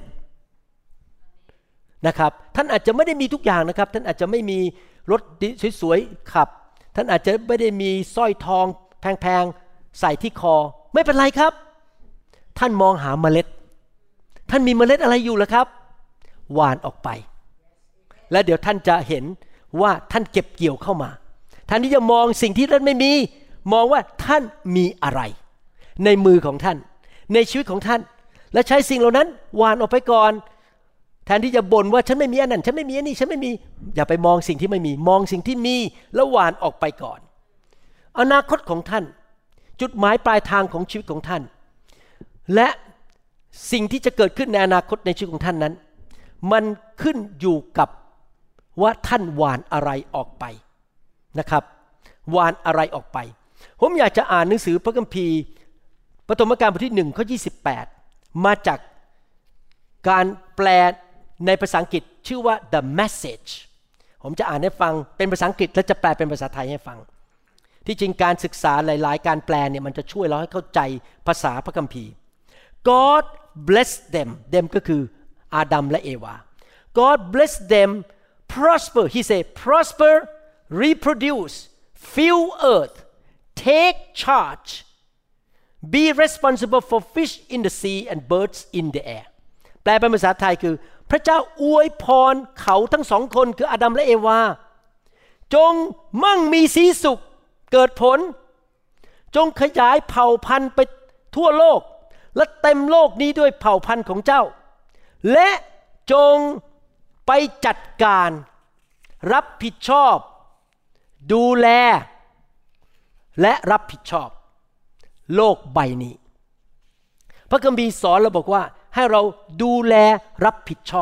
นะครับท่านอาจจะไม่ได้มีทุกอย่างนะครับท่านอาจจะไม่มีรถสวยๆขับท่านอาจจะไม่ได้มีสร้อยทองแพงๆใส่ที่คอไม่เป็นไรครับท่านมองหาเมล็ดท่านมีเมล็ดอะไรอยู่ล่ะครับหว่านออกไปและเดี๋ยวท่านจะเห็นว่าท่านเก็บเกี่ยวเข้ามาท่านที่จะมองสิ่งที่ท่านไม่มีมองว่าท่านมีอะไรในมือของท่านในชีวิตของท่านและใช้สิ่งเหล่านั้นหว่านออกไปก่อนแทนที่จะบ่นว่าฉันไม่มีอันนั้นฉันไม่มีอันนี้ฉันไม่มีอย่าไปมองสิ่งที่ไม่มีมองสิ่งที่มีแล้วหว่านออกไปก่อนอนาคตของท่านจุดหมายปลายทางของชีวิตของท่านและสิ่งที่จะเกิดขึ้นในอนาคตในชีวิตของท่านนั้นมันขึ้นอยู่กับว่าท่านหว่านอะไรออกไปนะครับหว่านอะไรออกไปผมอยากจะอ่านหนังสือพระคัมภีร์ปฐมกาลบทที่1ข้อ28มาจากการแปลในภาษาอังกฤษชื่อว่า The Message ผผมจะอ่านให้ฟังเป็นภาษาอังกฤษและจะแปลเป็นภาษาไทยให้ฟังที่จริงการศึกษาหลายๆการแปลเนี่ยมันจะช่วยเราให้เข้าใจภาษาพระคัมภีร์ God bless them ก็คืออาดัมและเอวา God bless them prosper he say prosper reproduce fill earth take charge be responsible for fish in the sea and birds in the air แปลเป็นภาษาไทยคือพระเจ้าอวยพรเขาทั้งสองคนคืออาดัมและเอวาจงมั่งมีสีสุขเกิดผลจงขยายเผ่าพันธุ์ไปทั่วโลกและเต็มโลกนี้ด้วยเผ่าพันธุ์ของเจ้าและจงไปจัดการรับผิดชอบดูแลและรับผิดชอบโลกใบนี้พระคัมภีร์สอนเราบอกว่าให้เราดูแลรับผิดชอบ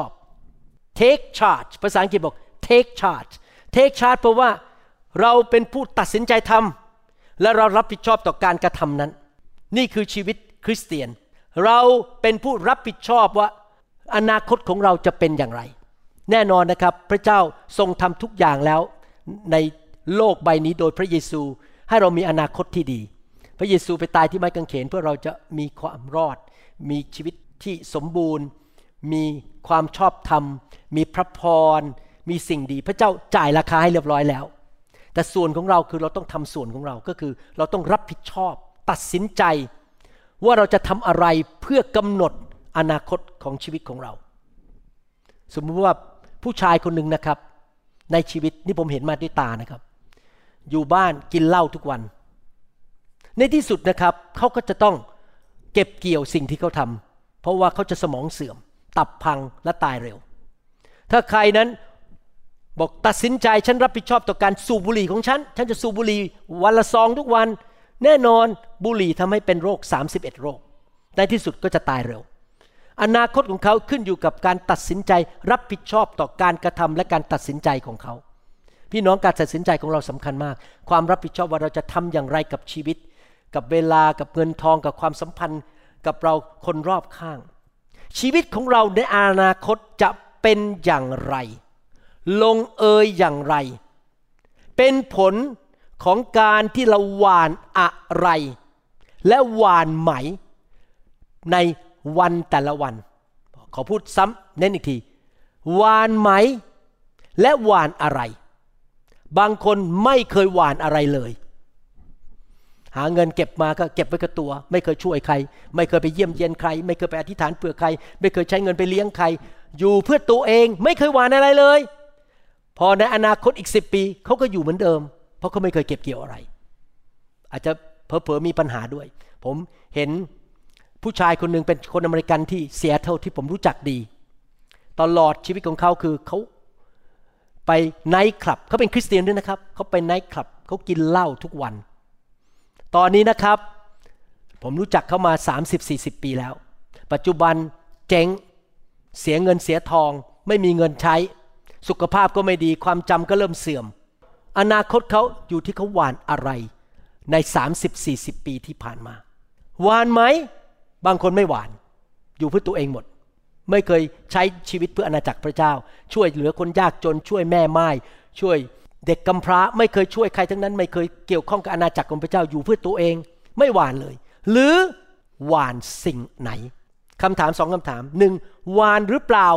take charge ภาษาอังกฤษบอก take charge แปลว่าเราเป็นผู้ตัดสินใจทำและเรารับผิดชอบต่อการกระทำนั้นนี่คือชีวิตคริสเตียนเราเป็นผู้รับผิดชอบว่าอนาคตของเราจะเป็นอย่างไรแน่นอนนะครับพระเจ้าทรงทำทุกอย่างแล้วในโลกใบนี้โดยพระเยซูให้เรามีอนาคตที่ดีพระเยซูไปตายที่ไม้กางเขนเพื่อเราจะมีความรอดมีชีวิตที่สมบูรณ์มีความชอบธรรมมีพระพรมีสิ่งดีพระเจ้าจ่ายราคาให้เรียบร้อยแล้วแต่ส่วนของเราคือเราต้องทำส่วนของเราก็คือเราต้องรับผิดชอบตัดสินใจว่าเราจะทำอะไรเพื่อกำหนดอนาคตของชีวิตของเราสมมติว่าผู้ชายคนหนึ่งนะครับในชีวิตนี่ผมเห็นมาด้วยตานะครับอยู่บ้านกินเหล้าทุกวันในที่สุดนะครับเขาก็จะต้องเก็บเกี่ยวสิ่งที่เขาทำเพราะว่าเขาจะสมองเสื่อมตับพังและตายเร็วถ้าใครนั้นบอกตัดสินใจฉันรับผิดชอบต่อการสูบบุหรี่ของฉันจะสูบบุหรี่วันละซองทุกวันแน่นอนบุหรี่ทำให้เป็นโรค31โรคในที่สุดก็จะตายเร็วอนาคตของเขาขึ้นอยู่กับการตัดสินใจรับผิดชอบต่อการกระทำและการตัดสินใจของเขาพี่น้องการตัดสินใจของเราสำคัญมากความรับผิดชอบว่าเราจะทำอย่างไรกับชีวิตกับเวลากับเงินทองกับความสัมพันธ์กับเราคนรอบข้างชีวิตของเราในอนาคตจะเป็นอย่างไรลงเอยอย่างไรเป็นผลของการที่เราหว่านอะไรและหว่านไหมในวันแต่ละวันขอพูดซ้ำเน้นอีกทีหว่านไหมและหว่านอะไรบางคนไม่เคยหว่านอะไรเลยหาเงินเก็บมาก็เก็บไว้กับตัวไม่เคยช่วยใครไม่เคยไปเยี่ยมเยียนใครไม่เคยไปอธิษฐานเพื่อใครไม่เคยใช้เงินไปเลี้ยงใครอยู่เพื่อตัวเองไม่เคยหว่านอะไรเลยพอในอนาคตอีก10 ปีเขาก็อยู่เหมือนเดิมเพราะเขาไม่เคยเก็บเกี่ยวอะไรอาจจะเผลอๆมีปัญหาด้วยผมเห็นผู้ชายคนนึงเป็นคนอเมริกันที่ซีแอตเทิลที่ผมรู้จักดีตลอดชีวิตของเขาคือเขาไปไนท์คลับเขาเป็นคริสเตียนด้วยนะครับเขาไปไนท์คลับเขากินเหล้าทุกวันตอนนี้นะครับผมรู้จักเขามา 30-40 ปีแล้วปัจจุบันเจ๊งเสียเงินเสียทองไม่มีเงินใช้สุขภาพก็ไม่ดีความจำก็เริ่มเสื่อมอนาคตเขาอยู่ที่เขาหว่านอะไรใน 30-40 ปีที่ผ่านมาหว่านไหมบางคนไม่หว่านอยู่เพื่อตัวเองหมดไม่เคยใช้ชีวิตเพื่ออาณาจักรพระเจ้าช่วยเหลือคนยากจนช่วยแม่ม่ายช่วยเด็กกำพร้าไม่เคยช่วยใครทั้งนั้นไม่เคยเกี่ยวข้องกับอาณาจักรของพระเจ้าอยู่เพื่อตัวเองไม่หว่านเลยหรือหว่านสิ่งไหนคำถาม2คำถาม1หว่านหรือเปล่า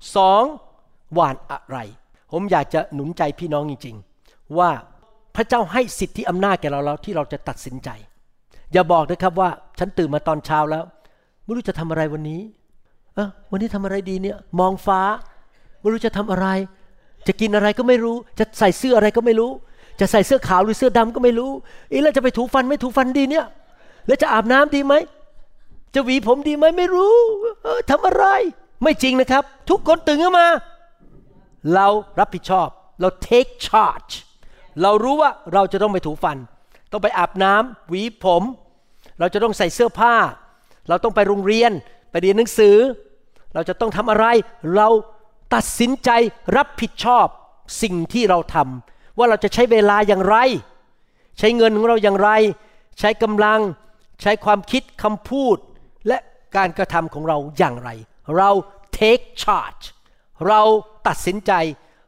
2หว่านอะไรผมอยากจะหนุนใจพี่น้องจริงๆว่าพระเจ้าให้สิทธิอำนาจแก่เราแล้วที่เราจะตัดสินใจอย่าบอกนะครับว่าฉันตื่นมาตอนเช้าแล้วไม่รู้จะทำอะไรวันนี้วันนี้ทำอะไรดีเนี่ยมองฟ้าไม่รู้จะทำอะไรจะกินอะไรก็ไม่รู้จะใส่เสื้ออะไรก็ไม่รู้จะใส่เสื้อขาวหรือเสื้อดำก็ไม่รู้แล้วจะไปถูฟันไม่ถูฟันดีเนี่ยแล้วจะอาบน้ำดีไหมจะหวีผมดีไหมไม่รู้ทำอะไรไม่จริงนะครับทุกคนตื่นขึ้นมาเรารับผิดชอบเรา take charge เรารู้ว่าเราจะต้องไปถูฟันต้องไปอาบน้ำหวีผมเราจะต้องใส่เสื้อผ้าเราต้องไปโรงเรียนไปเรียนหนังสือเราจะต้องทำอะไรเราตัดสินใจรับผิดชอบสิ่งที่เราทำว่าเราจะใช้เวลาอย่างไรใช้เงินของเราอย่างไรใช้กำลังใช้ความคิดคำพูดและการกระทำของเราอย่างไรเรา take charge เราตัดสินใจ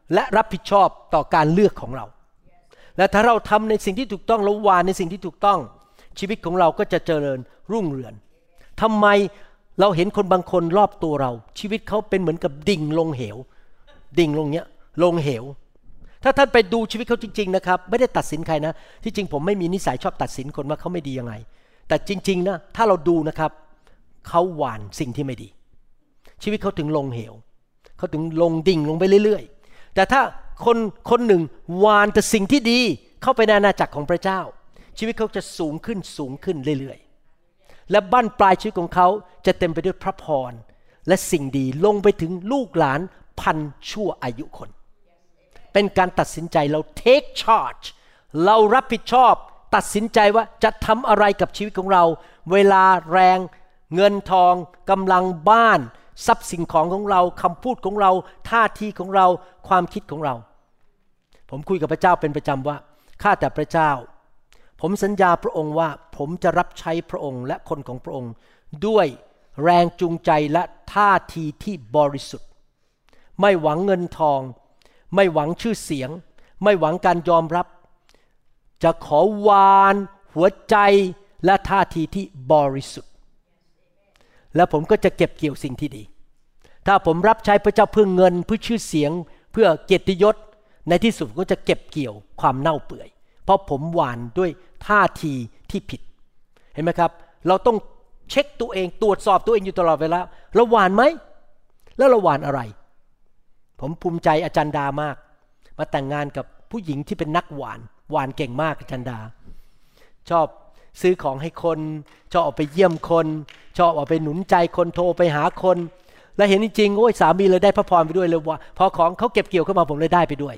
และรับผิดชอบต่อการเลือกของเราและถ้าเราทำในสิ่งที่ถูกต้องเราหว่านในสิ่งที่ถูกต้องชีวิตของเราก็จะเจริญรุ่งเรืองทำไมเราเห็นคนบางคนรอบตัวเราชีวิตเขาเป็นเหมือนกับดิ่งลงเหวดิ่งลงเนี้ยลงเหวถ้าท่านไปดูชีวิตเขาจริงๆนะครับไม่ได้ตัดสินใครนะที่จริงผมไม่มีนิสัยชอบตัดสินคนว่าเขาไม่ดียังไงแต่จริงๆนะถ้าเราดูนะครับเขาหว่านสิ่งที่ไม่ดีชีวิตเขาถึงลงเหวเขาถึงลงดิ่งลงไปเรื่อยๆแต่ถ้าคนหนึ่งหว่านแต่สิ่งที่ดีเข้าไปในอาณาจักรของพระเจ้าชีวิตเขาจะสูงขึ้นเรื่อยๆและบั้นปลายชีวิตของเขาจะเต็มไปด้วยพระพรและสิ่งดีลงไปถึงลูกหลานพันชั่วอายุคนเป็นการตัดสินใจเรา take charge เรารับผิดชอบตัดสินใจว่าจะทำอะไรกับชีวิตของเราเวลาแรงเงินทองกำลังบ้านทรัพย์สินของเราคำพูดของเราท่าทีของเราความคิดของเราผมคุยกับพระเจ้าเป็นประจำว่าข้าแต่พระเจ้าผมสัญญาพระองค์ว่าผมจะรับใช้พระองค์และคนของพระองค์ด้วยแรงจูงใจและท่าทีที่บริสุทธิ์ไม่หวังเงินทองไม่หวังชื่อเสียงไม่หวังการยอมรับจะขอวานหัวใจและท่าทีที่บริสุทธิ์และผมก็จะเก็บเกี่ยวสิ่งที่ดีถ้าผมรับใช้พระเจ้าเพื่อเงินเพื่อชื่อเสียงเพื่อเกียรติยศในที่สุดก็จะเก็บเกี่ยวความเน่าเปื่อยเพราะผมหว่านด้วยท่าทีที่ผิดเห็นไหมครับเราต้องเช็คตัวเองตรวจสอบตัวเองอยู่ตลอดเวลาเราหว่านไหมแล้วเราหว่านอะไรผมภูมิใจอาจารย์ดามากมาแต่งงานกับผู้หญิงที่เป็นนักหว่านเก่งมากอาจารย์ดาชอบซื้อของให้คนชอบออกไปเยี่ยมคนชอบออกไปหนุนใจคนโทรไปหาคนและเห็นจริงๆโอ้ยสามีเลยได้พระพรไปด้วยเลยว่าพอของเขาเก็บเกี่ยวเข้ามาผมเลยได้ไปด้วย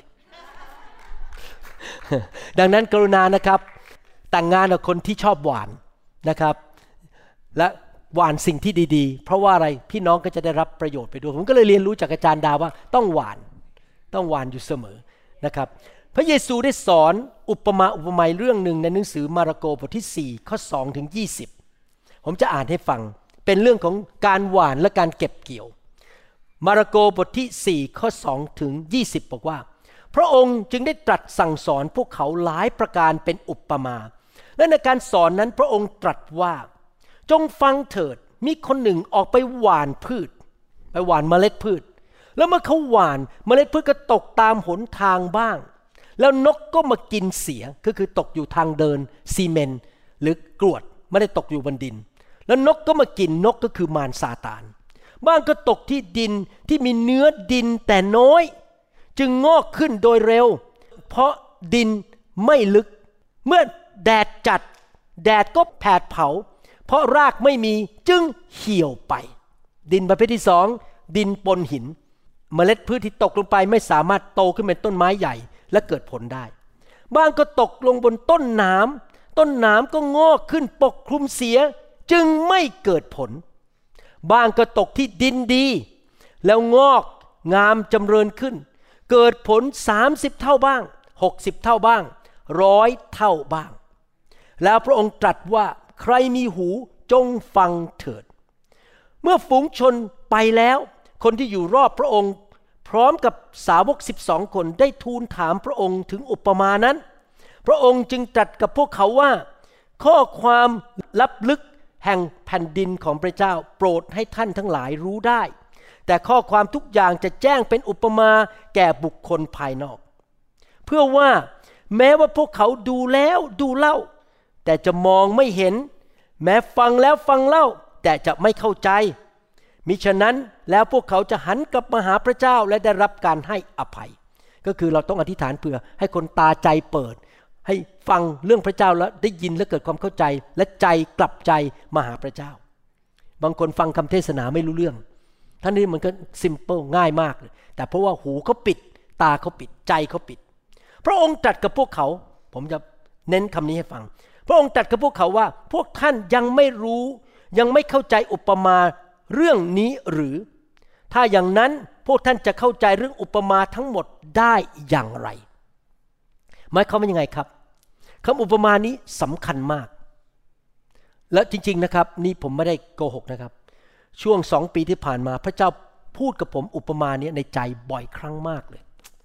ดังนั้นกรุณานะครับแต่งงานกับคนที่ชอบหวานนะครับและหวานสิ่งที่ดีๆเพราะว่าอะไรพี่น้องก็จะได้รับประโยชน์ไปด้วยผมก็เลยเรียนรู้จากอาจารย์ดาว่าต้องหวานอยู่เสมอนะครับพระเยซูได้สอนอุปมาเรื่องหนึ่งในหนังสือมาระโกบทที่4ข้อ2ถึง20ผมจะอ่านให้ฟังเป็นเรื่องของการหว่านและการเก็บเกี่ยวมาระโกบทที่4ข้อ2ถึง20บอกว่าพระองค์จึงได้ตรัสสั่งสอนพวกเขาหลายประการเป็นอุปมาและในการสอนนั้นพระองค์ตรัสว่าจงฟังเถิดมีคนหนึ่งออกไปหว่านพืชไปหว่านเมล็ดพืชแล้วเมื่อเขาหว่านเมล็ดพืชก็ตกตามหนทางบ้างแล้วนกก็มากินเสียก็คือตกอยู่ทางเดินซีเมนต์หรือกรวดไม่ได้ตกอยู่บนดินแล้วนกก็มากินนกก็คือมารซาตานบ้างก็ตกที่ดินที่มีเนื้อดินแต่น้อยจึงงอกขึ้นโดยเร็วเพราะดินไม่ลึกเมื่อแดดจัดแดดก็แผดเผาเพราะรากไม่มีจึงเหี่ยวไปดินประเภทที่2ดินปนหินเมล็ดพืชที่ตกลงไปไม่สามารถโตขึ้นเป็นต้นไม้ใหญ่และเกิดผลได้บ้างก็ตกลงบนต้นหนามก็งอกขึ้นปกคลุมเสียจึงไม่เกิดผลบ้างก็ตกที่ดินดีแล้วงอกงามจำเริญขึ้นเกิดผล30เท่าบ้าง60เท่าบ้าง100เท่าบ้างแล้วพระองค์ตรัสว่าใครมีหูจงฟังเถิดเมื่อฝูงชนไปแล้วคนที่อยู่รอบพระองค์พร้อมกับสาวก12คนได้ทูลถามพระองค์ถึงอุปมานั้นพระองค์จึงตรัสกับพวกเขาว่าข้อความลับลึกแห่งแผ่นดินของพระเจ้าโปรดให้ท่านทั้งหลายรู้ได้แต่ข้อความทุกอย่างจะแจ้งเป็นอุปมาแก่บุคคลภายนอกเพื่อว่าแม้ว่าพวกเขาดูแล้วดูเล่าแต่จะมองไม่เห็นแม้ฟังแล้วฟังเล่าแต่จะไม่เข้าใจมิฉะนั้นแล้วพวกเขาจะหันกลับมาหาพระเจ้าและได้รับการให้อภัยก็คือเราต้องอธิษฐานเผื่อให้คนตาใจเปิดให้ฟังเรื่องพระเจ้าแล้วได้ยินและเกิดความเข้าใจและใจกลับใจมาหาพระเจ้าบางคนฟังคำเทศนาไม่รู้เรื่องท่านนี้มันก็ซิมเปิลง่ายมากเลยแต่เพราะว่าหูเขาปิดตาเขาปิดใจเขาปิดพระองค์ตรัสกับพวกเขาผมจะเน้นคำนี้ให้ฟังพระองค์ตรัสกับพวกเขาว่าพวกท่านยังไม่รู้ยังไม่เข้าใจอุปมาเรื่องนี้หรือถ้าอย่างนั้นพวกท่านจะเข้าใจเรื่องอุปมาทั้งหมดได้อย่างไรหมายความว่ายังไงครับคำอุปมานี้สำคัญมากและจริงๆนะครับนี่ผมไม่ได้โกหกนะครับช่วง2 ปีที่ผ่านมาพระเจ้าพูดกับผมอุปมานี้ในใจบ่อยครั้งมากเลย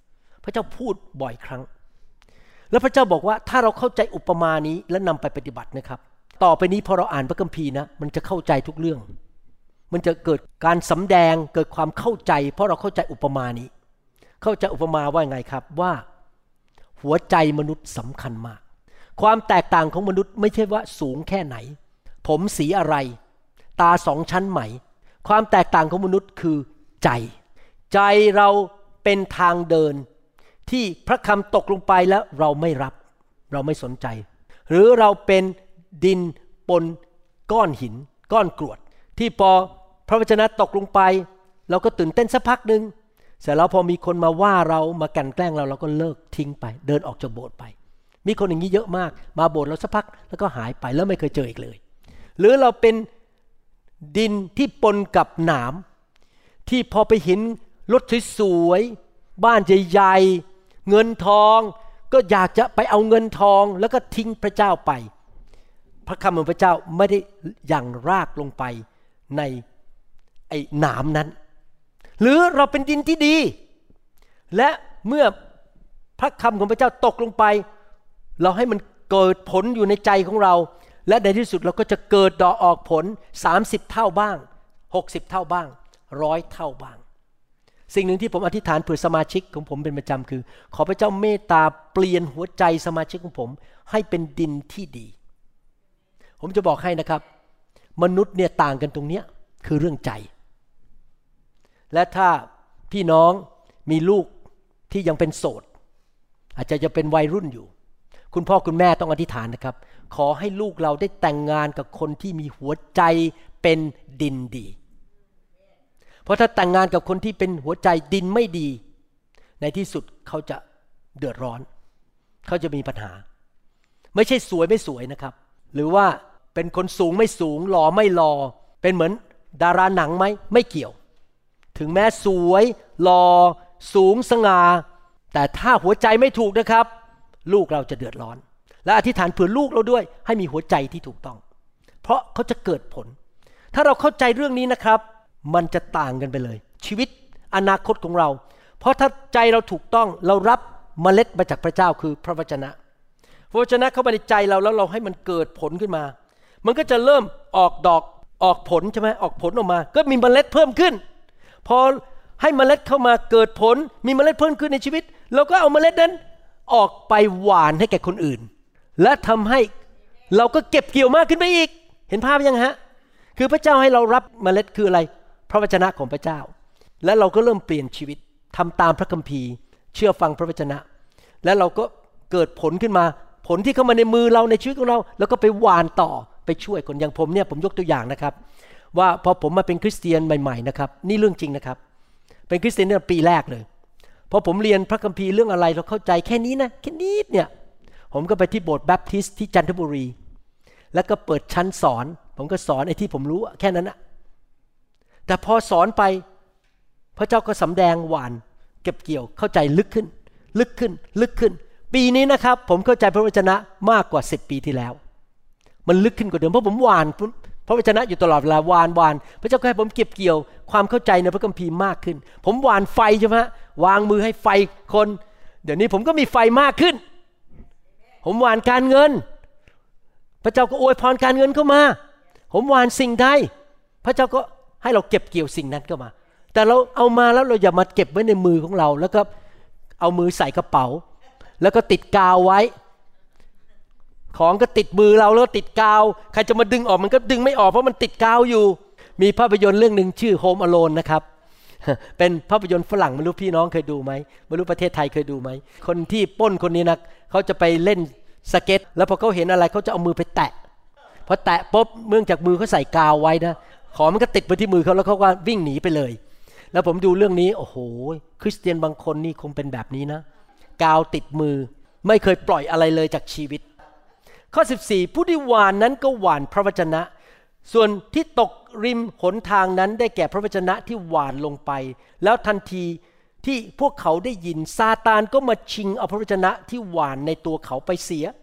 พระเจ้าพูดบ่อยครั้งแล้วพระเจ้าบอกว่าถ้าเราเข้าใจอุปมานี้และนำไปปฏิบัตินะครับต่อไปนี้พอเราอ่านพระคัมภีร์นะมันจะเข้าใจทุกเรื่องมันจะเกิดการสำแดงเกิดความเข้าใจเพราะเราเข้าใจอุปมานี้เข้าใจอุปมาว่าไงครับว่าหัวใจมนุษย์สำคัญมากความแตกต่างของมนุษย์ไม่ใช่ว่าสูงแค่ไหนผมสีอะไรตาสองชั้นไหมความแตกต่างของมนุษย์คือใจเราเป็นทางเดินที่พระคำตกลงไปแล้วเราไม่รับเราไม่สนใจหรือเราเป็นดินปนก้อนหินก้อนกรวดที่พอพระวจนะตกลงไปเราก็ตื่นเต้นสักพักนึงเสร็จแล้วพอมีคนมาว่าเรามากลั่นแกล้งเราก็เลิกทิ้งไปเดินออกจากโบสถ์ไปมีคนอย่างนี้เยอะมากมาโบสถ์เราสักพักแล้วก็หายไปแล้วไม่เคยเจออีกเลยหรือเราเป็นดินที่ปนกับหนามที่พอไปเห็นรถสวยๆบ้านใหญ่ๆเงินทองก็อยากจะไปเอาเงินทองแล้วก็ทิ้งพระเจ้าไปพระคำของพระเจ้าไม่ได้ยั่งรากลงไปในไอ้หนามนั้นหรือเราเป็นดินที่ดีและเมื่อพระคำของพระเจ้าตกลงไปเราให้มันเกิดผลอยู่ในใจของเราและในที่สุดเราก็จะเกิดดอกออกผล30เท่าบ้าง60เท่าบ้าง100เท่าบ้างสิ่งหนึ่งที่ผมอธิษฐานเผื่อสมาชิกของผมเป็นประจำคือขอพระเจ้าเมตตาเปลี่ยนหัวใจสมาชิกของผมให้เป็นดินที่ดีผมจะบอกให้นะครับมนุษย์เนี่ยต่างกันตรงเนี้ยคือเรื่องใจและถ้าพี่น้องมีลูกที่ยังเป็นโสดอาจจะเป็นวัยรุ่นอยู่คุณพ่อคุณแม่ต้องอธิษฐานนะครับขอให้ลูกเราได้แต่งงานกับคนที่มีหัวใจเป็นดินดีเพราะถ้าแต่งงานกับคนที่เป็นหัวใจดินไม่ดีในที่สุดเขาจะเดือดร้อนเขาจะมีปัญหาไม่ใช่สวยไม่สวยนะครับหรือว่าเป็นคนสูงไม่สูงหล่อไม่หล่อเป็นเหมือนดาราหนังไหมไม่เกี่ยวถึงแม้สวยหล่อสูงสง่าแต่ถ้าหัวใจไม่ถูกนะครับลูกเราจะเดือดร้อนและอธิษฐานเผื่อลูกเราด้วยให้มีหัวใจที่ถูกต้องเพราะเขาจะเกิดผลถ้าเราเข้าใจเรื่องนี้นะครับมันจะต่างกันไปเลยชีวิตอนาคตของเราเพราะถ้าใจเราถูกต้องเรารับเมล็ดมาจากพระเจ้าคือพระวจนะพระวจนะเข้ามาในใจเราแล้วเราให้มันเกิดผลขึ้นมามันก็จะเริ่มออกดอกออกผลใช่ไหมออกผลออกมาก็มีเมล็ดเพิ่มขึ้นพอให้เมล็ดเข้ามาเกิดผลมีเมล็ดเพิ่มขึ้นในชีวิตเราก็เอาเมล็ดนั้นออกไปหว่านให้แก่คนอื่นและทำให้เราก็เก็บเกี่ยวมากขึ้นไปอีกเห็นภาพยังฮะคือพระเจ้าให้เรารับเมล็ดคืออะไรพระวจนะของพระเจ้าและเราก็เริ่มเปลี่ยนชีวิตทำตามพระคัมภีร์เชื่อฟังพระวจนะและเราก็เกิดผลขึ้นมาผลที่เข้ามาในมือเราในชีวิตของเราแล้วก็ไปหว่านต่อไปช่วยคนอย่างผมเนี่ยผมยกตัวอย่างนะครับว่าพอผมมาเป็นคริสเตียนใหม่ๆนะครับนี่เรื่องจริงนะครับเป็นคริสเตียนเนี่ยปีแรกเลยพอผมเรียนพระคัมภีร์เรื่องอะไรเราเข้าใจแค่นี้นะแค่นิดเนี่ยผมก็ไปที่โบสถ์แบปทิสต์ที่จันทบุรีแล้วก็เปิดชั้นสอนผมก็สอนไอ้ที่ผมรู้แค่นั้นนะแต่พอสอนไปพระเจ้าก็สำแดงหวานเก็บเกี่ยวเข้าใจลึกขึ้นลึกขึ้นลึกขึ้นปีนี้นะครับผมเข้าใจพระวจนะมากกว่า10ปีที่แล้วมันลึกขึ้นกว่าเดิมเพราะผมหวานพระวจนะอยู่ตลอดเวลาหวานพระเจ้าก็ให้ผมเก็บเกี่ยวความเข้าใจในพระคัมภีร์มากขึ้นผมหวานไฟใช่ไหมวางมือให้ไฟคนเดี๋ยวนี้ผมก็มีไฟมากขึ้นผมหวานการเงินพระเจ้าก็อวยพรการเงินเข้ามาผมหวานสิ่งใดพระเจ้าก็ให้เราเก็บเกี่ยวสิ่งนั้นเข้ามาแต่เราเอามาแล้วเราอย่ามาเก็บไว้ในมือของเราแล้วก็เอามือใส่กระเป๋าแล้วก็ติดกาวไว้ของก็ติดมือเราแล้วติดกาวใครจะมาดึงออกมันก็ดึงไม่ออกเพราะมันติดกาวอยู่มีภาพยนตร์เรื่องนึงชื่อ Home Alone นะครับเป็นภาพยนตร์ฝรั่งไม่รู้พี่น้องเคยดูไหมไม่รู้ประเทศไทยเคยดูไหมคนที่ปล้นคนนี้นะเขาจะไปเล่นสเก็ตแล้วพอเขาเห็นอะไรเขาจะเอามือไปแตะพอแตะปุ๊บเนื่องจากมือเขาใส่กาวไว้นะของมันก็ติดไปที่มือเขาแล้วเขาก็วิ่งหนีไปเลยแล้วผมดูเรื่องนี้โอ้โหคริสเตียนบางคนนี่คงเป็นแบบนี้นะกาวติดมือไม่เคยปล่อยอะไรเลยจากชีวิตข้อ14ผู้ที่หว่านนั้นก็หว่านพระวจนะส่วนที่ตกริมหนทางนั้นได้แก่พระวจนะที่หว่านลงไปแล้วทันทีที่พวกเขาได้ยินซาตานก็มาชิงเอาพระวจนะที่หว่านในตัวเขาไปเสีย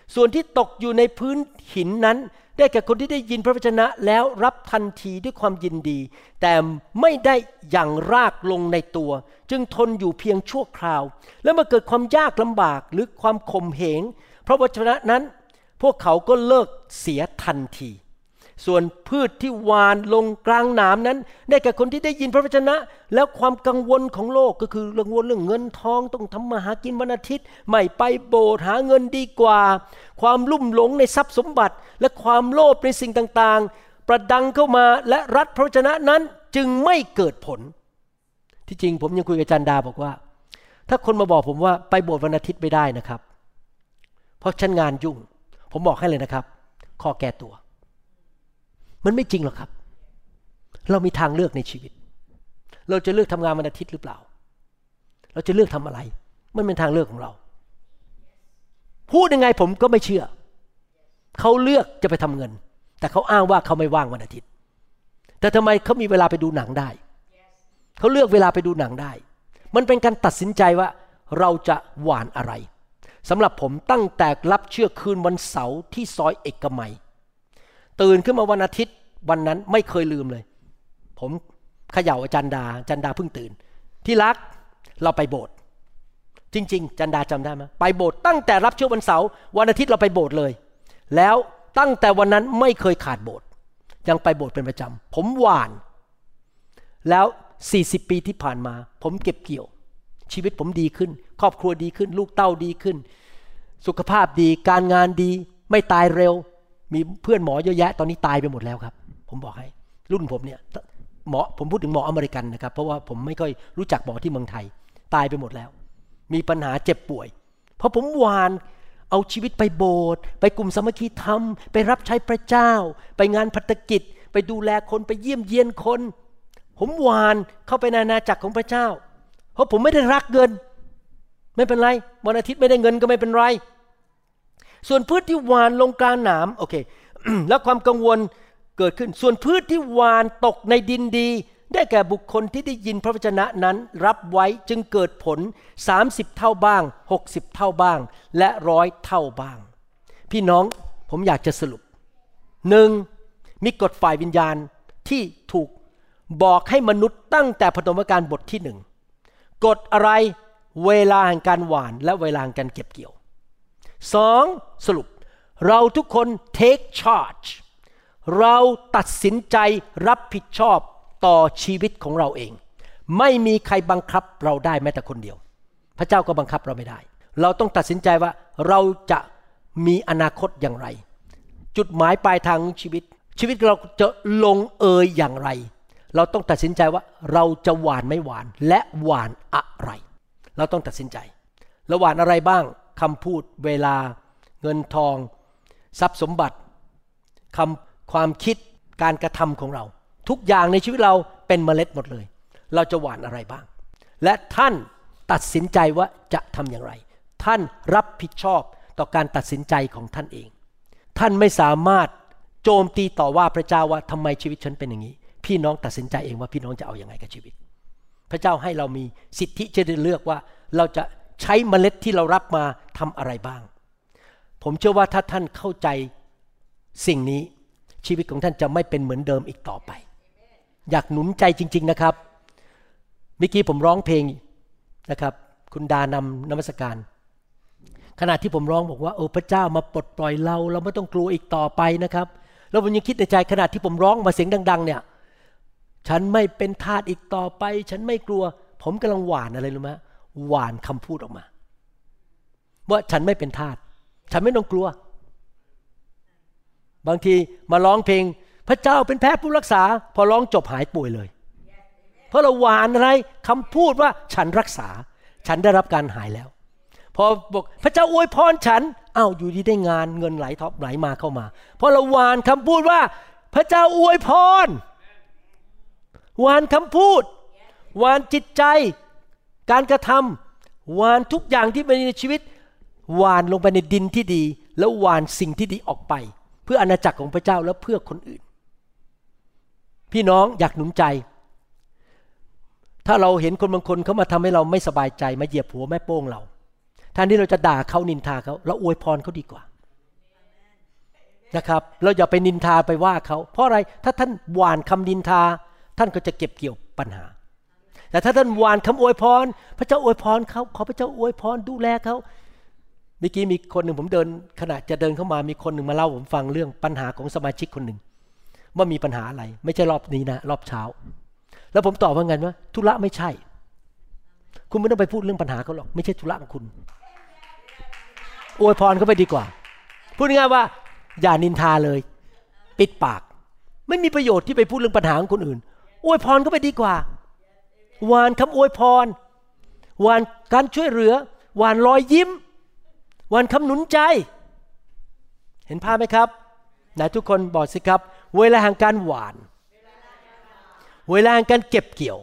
ส่วนที่ตกอยู่ในพื้นหินนั้นได้แก่คนที่ได้ยินพระวจนะแล้วรับทันทีด้วยความยินดีแต่ไม่ได้อย่างรากลงในตัวจึงทนอยู่เพียงชั่วคราวแล้วเมื่อเกิดความยากลำบากหรือความข่มเหงเพราะวจนะนั้นพวกเขาก็เลิกเสียทันทีส่วนพืชที่หวานลงกลางหนามนั้นได้แก่คนที่ได้ยินพระวจนะแล้วความกังวลของโลกก็คือกังวลเรื่องเงินทองต้องทำมาหากินวันอาทิตย์ไม่ไปโบสถ์หาเงินดีกว่าความลุ่มหลงในทรัพย์สมบัติและความโลภในสิ่งต่างๆประดังเข้ามาและรัดพระวจนะนั้นจึงไม่เกิดผลที่จริงผมยังคุยกับอาจารย์ดาบอกว่าถ้าคนมาบอกผมว่าไปโบสถ์วันอาทิตย์ไม่ได้นะครับเพราะฉันงานยุ่งผมบอกให้เลยนะครับข้อแก้ตัวมันไม่จริงหรอกครับเรามีทางเลือกในชีวิตเราจะเลือกทำงานวันอาทิตย์หรือเปล่าเราจะเลือกทำอะไรมันเป็นทางเลือกของเราพูดยังไงผมก็ไม่เชื่อเขาเลือกจะไปทำเงินแต่เขาอ้างว่าเขาไม่ว่างวันอาทิตย์แต่ทำไมเขามีเวลาไปดูหนังได้เขาเลือกเวลาไปดูหนังได้มันเป็นการตัดสินใจว่าเราจะหว่านอะไรสำหรับผมตั้งแต่รับเชื่อคืนวันเสาร์ที่ซอยเอกมัยตื่นขึ้นมาวันอาทิตย์วันนั้นไม่เคยลืมเลยผมเขย่าอาจารย์ดาเพิ่งตื่นที่รักเราไปโบสถ์จริงๆอาจารย์ดาจำได้ไหมไปโบสถ์ตั้งแต่รับเชื่อวันเสาร์วันอาทิตย์เราไปโบสถ์เลยแล้วตั้งแต่วันนั้นไม่เคยขาดโบสถ์ยังไปโบสถ์เป็นประจำผมหว่านแล้ว40ปีที่ผ่านมาผมเก็บเกี่ยวชีวิตผมดีขึ้นครอบครัวดีขึ้นลูกเต้าดีขึ้นสุขภาพดีการงานดีไม่ตายเร็วมีเพื่อนหมอเยอะแยะตอนนี้ตายไปหมดแล้วครับผมบอกให้รุ่นผมเนี่ยหมอผมพูดถึงหมออเมริกันนะครับเพราะว่าผมไม่ค่อยรู้จักหมอที่เมืองไทยตายไปหมดแล้วมีปัญหาเจ็บป่วยเพราะผมหวานเอาชีวิตไปโบสถ์ไปกลุ่มสามัคคีธรรมไปรับใช้พระเจ้าไปงานภัตกิจไปดูแลคนไปเยี่ยมเยียนคนผมหวานเข้าไปในอาณาจักรของพระเจ้าเพราะผมไม่ได้รักเงินไม่เป็นไรวันอาทิตย์ไม่ได้เงินก็ไม่เป็นไรส่วนพืชที่หวานลงกลางหนามโอเค แล้วความกังวลเกิดขึ้นส่วนพืชที่หวานตกในดินดีได้แก่บุคคลที่ได้ยินพระวจนะนั้นรับไว้จึงเกิดผล30เท่าบ้าง60เท่าบ้างและ100เท่าบ้างพี่น้องผมอยากจะสรุป 1. มีกฎฝ่ายวิญญาณที่ถูกบอกให้มนุษย์ตั้งแต่ปฐมกาลบทที่1กฎอะไรเวลาแห่งการหว่านและเวลาแห่งการเก็บเกี่ยว 2. สรุปเราทุกคน take charge เราตัดสินใจรับผิดชอบต่อชีวิตของเราเองไม่มีใครบังคับเราได้แม้แต่คนเดียวพระเจ้าก็บังคับเราไม่ได้เราต้องตัดสินใจว่าเราจะมีอนาคตอย่างไรจุดหมายปลายทางชีวิตเราจะลงเอยอย่างไรเราต้องตัดสินใจว่าเราจะหว่านไม่หว่านและหว่านอะไรเราต้องตัดสินใจเราหว่านอะไรบ้างคำพูดเวลาเงินทองทรัพย์สมบัติความคิดการกระทำของเราทุกอย่างในชีวิตเราเป็นเมล็ดหมดเลยเราจะหว่านอะไรบ้างและท่านตัดสินใจว่าจะทำอย่างไรท่านรับผิดชอบต่อการตัดสินใจของท่านเองท่านไม่สามารถโจมตีต่อว่าพระเจ้าว่าทำไมชีวิตฉันเป็นอย่างนี้พี่น้องตัดสินใจเองว่าพี่น้องจะเอาอย่างไรกับชีวิตพระเจ้าให้เรามีสิทธิจะได้เลือกว่าเราจะใช้เมล็ดที่เรารับมาทำอะไรบ้างผมเชื่อว่าถ้าท่านเข้าใจสิ่งนี้ชีวิตของท่านจะไม่เป็นเหมือนเดิมอีกต่อไปอยากหนุนใจจริงๆนะครับเมื่อกี้ผมร้องเพลงนะครับคุณดานำนมัสการขณะที่ผมร้องบอกว่าพระเจ้ามาปลดปล่อยเราไม่ต้องกลัวอีกต่อไปนะครับแล้วผมยังคิดในใจขณะที่ผมร้องมาเสียงดังๆเนี่ยฉันไม่เป็นทาสอีกต่อไปฉันไม่กลัวผมกำลังหว่านอะไรรู้ไหมหว่านคำพูดออกมาว่าฉันไม่เป็นทาสฉันไม่ต้องกลัวบางทีมาร้องเพลงพระเจ้าเป็นแพทย์ผู้รักษาพอร้องจบหายป่วยเลยเพราะเราหว่านอะไรคำพูดว่าฉันรักษาฉันได้รับการหายแล้วพอบอกพระเจ้าอวยพรฉันอยู่ดีได้งานเงินไหลท็อปไหลมาเข้ามาเพราะเราหว่านคำพูดว่าพระเจ้าอวยพรหว่านคำพูดหว่านจิตใจการกระทำหว่านทุกอย่างที่เป็นในชีวิตหว่านลงไปในดินที่ดีแล้วหว่านสิ่งที่ดีออกไปเพื่ออาณาจักรของพระเจ้าและเพื่อคนอื่นพี่น้องอยากหนุนใจถ้าเราเห็นคนบางคนเขามาทำให้เราไม่สบายใจมาเหยียบหัวแม่โป้งเราแทนที่เราจะด่าเขานินทาเขาเราอวยพรเขาดีกว่านะครับเราอย่าไปนินทาไปว่าเขาเพราะอะไรถ้าท่านหว่านคำนินทาท่านก็จะเก็บเกี่ยวปัญหาแต่ถ้าท่านหว่านคำอวยพรพระเจ้าอวยพรเขาขอพระเจ้าอวยพรดูแลเขาเมื่อกี้มีคนหนึ่งผมเดินขณะจะเดินเข้ามามีคนหนึ่งมาเล่าผมฟังเรื่องปัญหาของสมาชิกคนหนึ่งว่ามีปัญหาอะไรไม่ใช่รอบนี้นะรอบเช้าแล้วผมตอบว่าไงว่าธุระไม่ใช่คุณไม่ต้องไปพูดเรื่องปัญหาเขาหรอกไม่ใช่ธุระของคุณอวยพรเขาไปดีกว่าพูดง่ายๆว่าอย่านินทาเลยปิดปากไม่มีประโยชน์ที่ไปพูดเรื่องปัญหาของคนอื่นอวยพรเขาไปดีกว่าหวานคำอวยพรหวานการช่วยเหลือหวานรอยยิ้มหวานคำหนุนใจเห็นภาพไหมครับไหนทุกคนบอกสิครับเวลาแห่งการหวานเวลาแห่งการเก็บเกี่ยว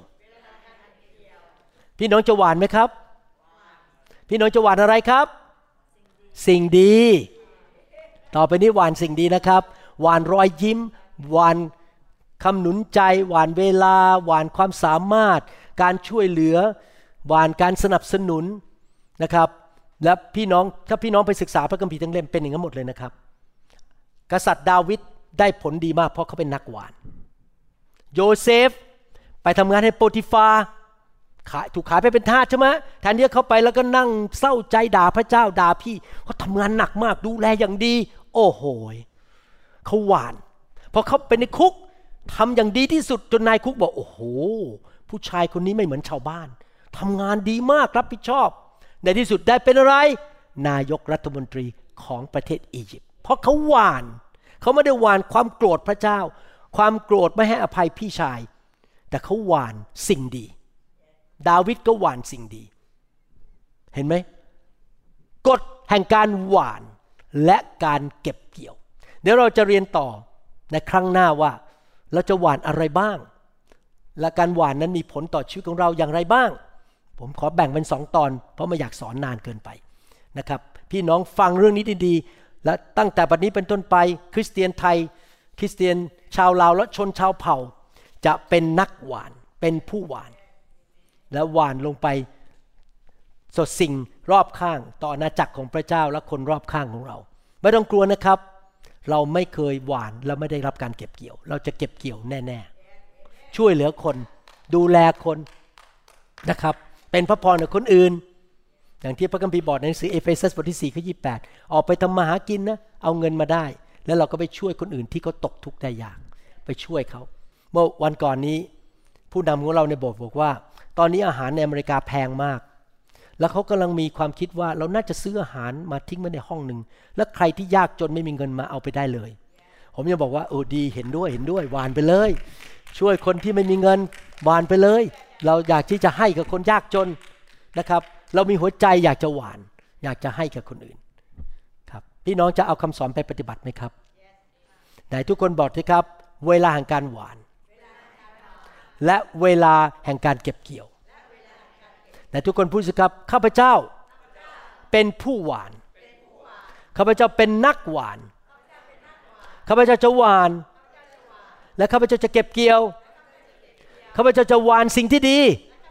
พี่น้องจะหวานไหมครับพี่น้องจะหวานอะไรครับสิ่งดีต่อไปนี้หวานสิ่งดีนะครับหวานรอยยิ้มหวานคำหนุนใจหวานเวลาหวานความสามารถการช่วยเหลือหวานการสนับสนุนนะครับและพี่น้องถ้าพี่น้องไปศึกษาพระคัมภีร์ทั้งเล่มเป็นอย่างนั้นหมดเลยนะครับกษัตริย์ดาวิดได้ผลดีมากเพราะเขาเป็นนักหวานโยเซฟไปทำงานให้โปติฟาถูกขายไปเป็นทาสใช่ไหมแทนที่เขาไปแล้วก็นั่งเศร้าใจด่าพระเจ้าด่าพี่เขาทำงานหนักมากดูแลอย่างดีโอ้โหเขาหวานพอเขาเป็นในคุกทำอย่างดีที่สุดจนนายคุกบอกโอ้โหผู้ชายคนนี้ไม่เหมือนชาวบ้านทำงานดีมากรับผิดชอบในที่สุดได้เป็นอะไรนายกรัฐมนตรีของประเทศอียิปต์เพราะเขาหวานเขาไม่ได้หวานความโกรธพระเจ้าความโกรธไม่ให้อภัยพี่ชายแต่เขาหวานสิ่งดีดาวิดก็หวานสิ่งดีเห็นไหมกฎแห่งการหวานและการเก็บเกี่ยวเดี๋ยวเราจะเรียนต่อในครั้งหน้าว่าเราจะหวานอะไรบ้างและการหวานนั้นมีผลต่อชีวิตของเราอย่างไรบ้างผมขอแบ่งเป็น2 ตอนเพราะไม่อยากสอนนานเกินไปนะครับพี่น้องฟังเรื่องนี้ดีๆและตั้งแต่บัดนี้เป็นต้นไปคริสเตียนไทยคริสเตียนชาวลาวและชนชาวเผ่าจะเป็นนักหวานเป็นผู้หวานและหวานลงไปสดสิ่งรอบข้างต่ออาณาจักรของพระเจ้าและคนรอบข้างของเราไม่ต้องกลัวนะครับเราไม่เคยหวานและไม่ได้รับการเก็บเกี่ยวเราจะเก็บเกี่ยวแน่ๆช่วยเหลือคนดูแลคนนะครับเป็นพระพรกับคนอื่นอย่างที่พระคัมภีร์บอกในหนังสือเอเฟซัสบทที่4ข้อ28ออกไปทำมาหากินนะเอาเงินมาได้แล้วเราก็ไปช่วยคนอื่นที่เขาตกทุกข์ได้ยากไปช่วยเขาเมื่อวันก่อนนี้ผู้นำของเราในโบสถ์บอกว่าตอนนี้อาหารในอเมริกาแพงมากแล้วเขากำลังมีความคิดว่าเราน่าจะซื้ออาหารมาทิ้งไว้ในห้องนึงแล้วใครที่ยากจนไม่มีเงินมาเอาไปได้เลยผมยังบอกว่าโอ้ดีเห็นด้วยหวานไปเลยช่วยคนที่ไม่มีเงินหวานไปเลยเราอยากที่จะให้กับคนยากจนนะครับเรามีหัวใจอยากจะหวานอยากจะให้กับคนอื่นครับพี่น้องจะเอาคำสอนไปปฏิบัติไหมครับไหนทุกคนบอกสิครับเวลาแห่งการหวานและเวลาแห่งการเก็บเกี่ยวไหนทุกคนพูดสิครับข้าพเจ้าเป็นผู้หวานข้าพเจ้าเป็นนักหวานข้าพเจ้าจะหวานและข้าพเจ้าจะเก็บเกี่ยวข้าพเจ้าจะหวานสิ่งที่ดี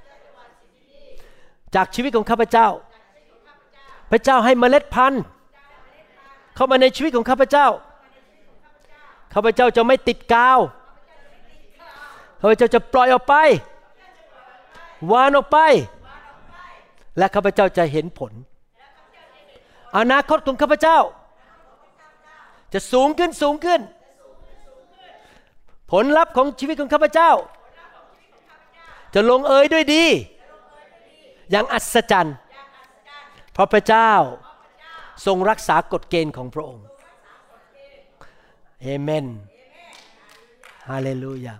จากชีวิตของข้าพเจ้าพระเจ้าให้เมล็ดพันธุ์เข้ามาในชีวิตของข้าพเจ้าข้าพเจ้าจะไม่ติดกาวข้าพเจ้าจะปล่อยออกไปหวานออกไปและข้าพเจ้าจะเห็นผลอนาคตของข้าพเจ้าจะสูงขึ้นผลลัพธ์ของชีวิตของข้าพเจ้าจะลงเอยด้วยดีอย่างอัศจรรย์เพราะพระเจ้าทรงรักษากฎเกณฑ์ของพระองค์เอเมนฮาเลลูยา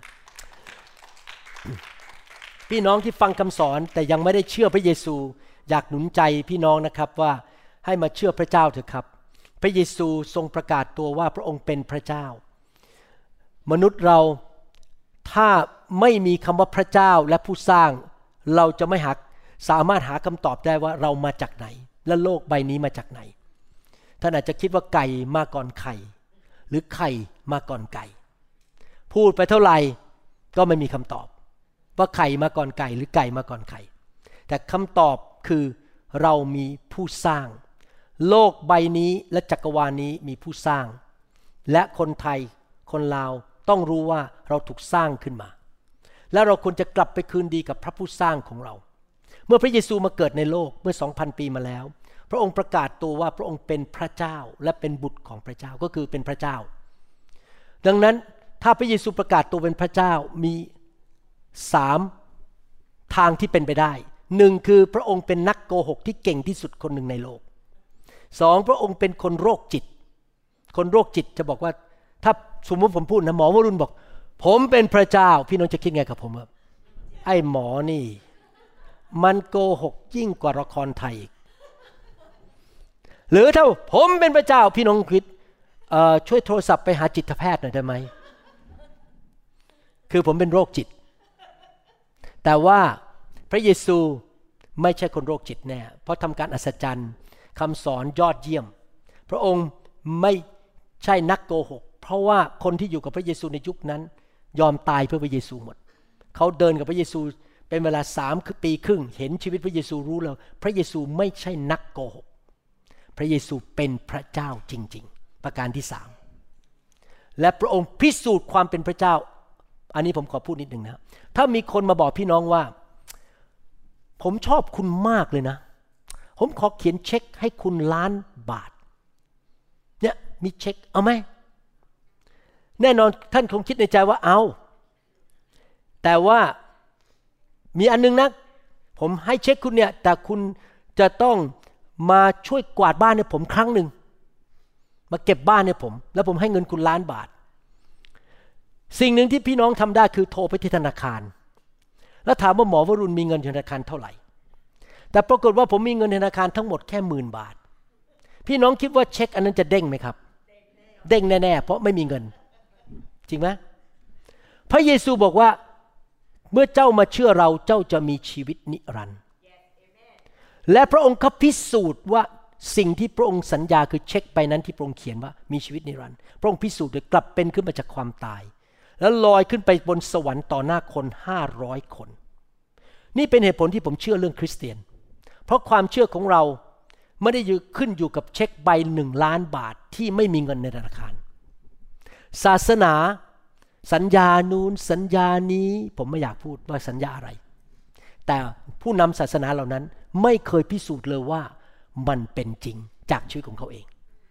พี่น้องที่ฟังคำสอนแต่ยังไม่ได้เชื่อพระเยซูอยากหนุนใจพี่น้องนะครับว่าให้มาเชื่อพระเจ้าเถอะครับพระเยซูทรงประกาศตัวว่าพระองค์เป็นพระเจ้ามนุษย์เราถ้าไม่มีคำว่าพระเจ้าและผู้สร้างเราจะไม่สามารถหาคำตอบได้ว่าเรามาจากไหนและโลกใบนี้มาจากไหนท่านอาจจะคิดว่าไก่มาก่อนไข่หรือไข่มาก่อนไก่พูดไปเท่าไหร่ก็ไม่มีคำตอบว่าไข่มาก่อนไก่หรือไก่มาก่อนไข่แต่คำตอบคือเรามีผู้สร้างโลกใบนี้และจักรวาลนี้มีผู้สร้างและคนไทยคนลาวต้องรู้ว่าเราถูกสร้างขึ้นมาและเราควรจะกลับไปคืนดีกับพระผู้สร้างของเราเมื่อพระเยซูมาเกิดในโลกเมื่อ 2,000 ปีมาแล้วพระองค์ประกาศตัวว่าพระองค์เป็นพระเจ้าและเป็นบุตรของพระเจ้าก็คือเป็นพระเจ้าดังนั้นถ้าพระเยซูประกาศตัวเป็นพระเจ้ามี3ทางที่เป็นไปได้1คือพระองค์เป็นนักโกหกที่เก่งที่สุดคนหนึ่งในโลก2พระองค์เป็นคนโรคจิตคนโรคจิตจะบอกว่าถ้าสมมติผมพูดนะหมอวรุณบอกผมเป็นพระเจ้าพี่น้องจะคิดไงกับผมครับไอ้หมอนี่มันโกหกยิ่งกว่าละครไทยอีกหรือถ้าผมเป็นพระเจ้าพี่น้องคิดช่วยโทรศัพท์ไปหาจิตแพทย์หน่อยได้ไหมคือผมเป็นโรคจิตแต่ว่าพระเยซูไม่ใช่คนโรคจิตแน่เพราะทำการอัศจรรย์คำสอนยอดเยี่ยมพระองค์ไม่ใช่นักโกหกเพราะว่าคนที่อยู่กับพระเยซูในยุคนั้นยอมตายเพื่อพระเยซูหมดเขาเดินกับพระเยซูเป็นเวลา3 ปีครึ่งเห็นชีวิตพระเยซูรู้แล้วพระเยซูไม่ใช่นักโกหกพระเยซูเป็นพระเจ้าจริงๆประการที่3และพระองค์พิสูจน์ความเป็นพระเจ้าอันนี้ผมขอพูดนิดนึงนะถ้ามีคนมาบอกพี่น้องว่าผมชอบคุณมากเลยนะผมขอเขียนเช็คให้คุณ1,000,000 บาทเนี่ยมีเช็คเอาไหมแน่นอนท่านคงคิดในใจว่าเอาแต่ว่ามีอันนึงนะผมให้เช็คคุณเนี่ยแต่คุณจะต้องมาช่วยกวาดบ้านให้ผมครั้งหนึ่งมาเก็บบ้านให้ผมแล้วผมให้เงินคุณ1,000,000 บาทสิ่งหนึ่งที่พี่น้องทำได้คือโทรไปที่ธนาคารแล้วถามว่าหมอวรุณมีเงินธนาคารเท่าไหร่แต่ปรากฏว่าผมมีเงินธนาคารทั้งหมดแค่10,000 บาทพี่น้องคิดว่าเช็คอันนั้นจะเด้งไหมครับเด้งแน่ๆเพราะไม่มีเงินจริงไหมพระเยซูบอกว่าเมื่อเจ้ามาเชื่อเราเจ้าจะมีชีวิตนิรันดร์และพระองค์ก็พิสูจน์ว่าสิ่งที่พระองค์สัญญาคือเช็คไปนั้นที่พระองค์เขียนว่ามีชีวิตนิรันดร์พระองค์พิสูจน์โดยกลับเป็นขึ้นมาจากความตายแล้วลอยขึ้นไปบนสวรรค์ต่อหน้าคน500 คนนี่เป็นเหตุผลที่ผมเชื่อเรื่องคริสเตียนเพราะความเชื่อของเราไม่ได้ขึ้นอยู่กับเช็คใบ1,000,000 บาทที่ไม่มีเงินในธนาคารศาสนาสัญญานู้นสัญญานี้ผมไม่อยากพูดว่าสัญญาอะไรแต่ผู้นำศาสนาเหล่านั้นไม่เคยพิสูจน์เลยว่ามันเป็นจริงจากชีวิตของเขาเอง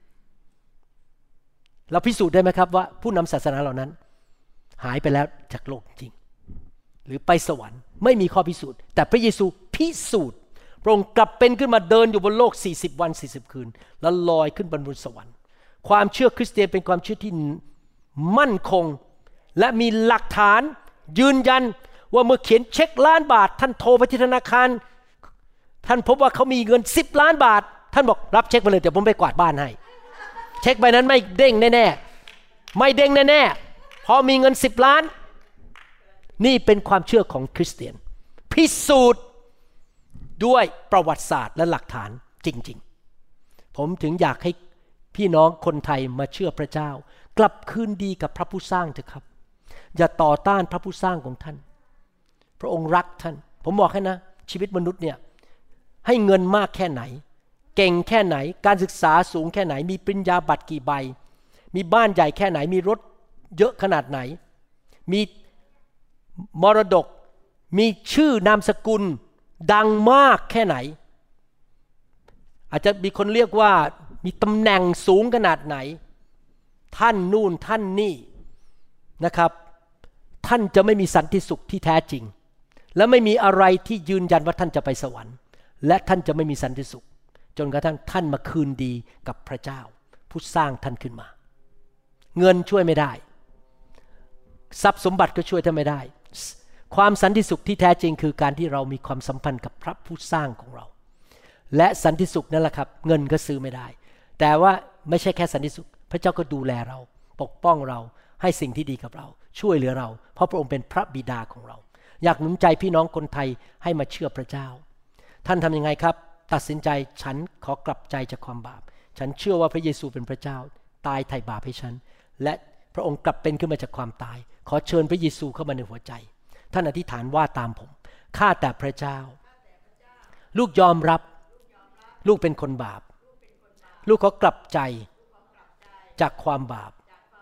เราพิสูจน์ได้ไหมครับว่าผู้นำศาสนาเหล่านั้นหายไปแล้วจากโลกจริงหรือไปสวรรค์ไม่มีข้อพิสูจน์แต่พระเยซูพิสูจน์พระองค์กลับเป็นขึ้นมาเดินอยู่บนโลก40 วัน40 คืนแล้วลอยขึ้นบนสวรรค์ความเชื่อคริสเตียนเป็นความเชื่อที่มั่นคงและมีหลักฐานยืนยันว่าเมื่อเขียนเช็ค1,000,000 บาทท่านโทรไปที่ธนาคารท่านพบว่าเขามีเงิน10,000,000 บาทท่านบอกรับเช็คไปเลยเดี๋ยวผมไปกวาดบ้านให้เช็คใบนั้นไม่เด้งแน่ๆไม่เด้งแน่ๆเพราะมีเงิน10 ล้านนี่เป็นความเชื่อของคริสเตียนพิสูจน์ด้วยประวัติศาสตร์และหลักฐานจริงๆผมถึงอยากให้พี่น้องคนไทยมาเชื่อพระเจ้ากลับคืนดีกับพระผู้สร้างเถอะครับอย่าต่อต้านพระผู้สร้างของท่านพระองค์รักท่านผมบอกให้นะชีวิตมนุษย์เนี่ยให้เงินมากแค่ไหนเก่งแค่ไหนการศึกษาสูงแค่ไหนมีปริญญาบัตรกี่ใบมีบ้านใหญ่แค่ไหนมีรถเยอะขนาดไหนมีมรดกมีชื่อนามสกุลดังมากแค่ไหนอาจจะมีคนเรียกว่ามีตำแหน่งสูงขนาดไหนท่านนู่นท่านนี่นะครับท่านจะไม่มีสันติสุขที่แท้จริงและไม่มีอะไรที่ยืนยันว่าท่านจะไปสวรรค์และท่านจะไม่มีสันติสุขจนกระทั่งท่านมาคืนดีกับพระเจ้าผู้สร้างท่านขึ้นมาเงินช่วยไม่ได้ทรัพย์สมบัติก็ช่วยท่านไม่ได้ความสันติสุขที่แท้จริงคือการที่เรามีความสัมพันธ์กับพระผู้สร้างของเราและสันติสุขนั่นแหละครับเงินก็ซื้อไม่ได้แต่ว่าไม่ใช่แค่สันติสุขพระเจ้าก็ดูแลเราปกป้องเราให้สิ่งที่ดีกับเราช่วยเหลือเราเพราะพระองค์เป็นพระบิดาของเราอยากหนุนใจพี่น้องคนไทยให้มาเชื่อพระเจ้าท่านทำยังไงครับตัดสินใจฉันขอกลับใจจากความบาปฉันเชื่อว่าพระเยซูเป็นพระเจ้าตายไถ่บาปให้ฉันและพระองค์กลับเป็นขึ้นมาจากความตายขอเชิญพระเยซูเข้ามาในหัวใจท่านอธิษฐานว่าตามผมข้าแต่พระเจ้าลูกยอมรับลูกเป็นคนบาปลูกขอกลับใจจากความบาป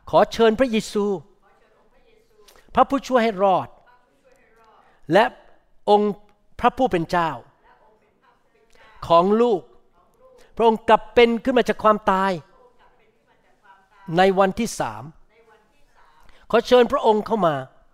ขอเชิญพระเยซูพระผู้ช่วยให้รอดและองค์พระผู้เป็นเจ้าของลูกพระองค์กลับเป็นขึ้นมาจากความตายในวันที่3ขอเชิญพระองค์เข้ามา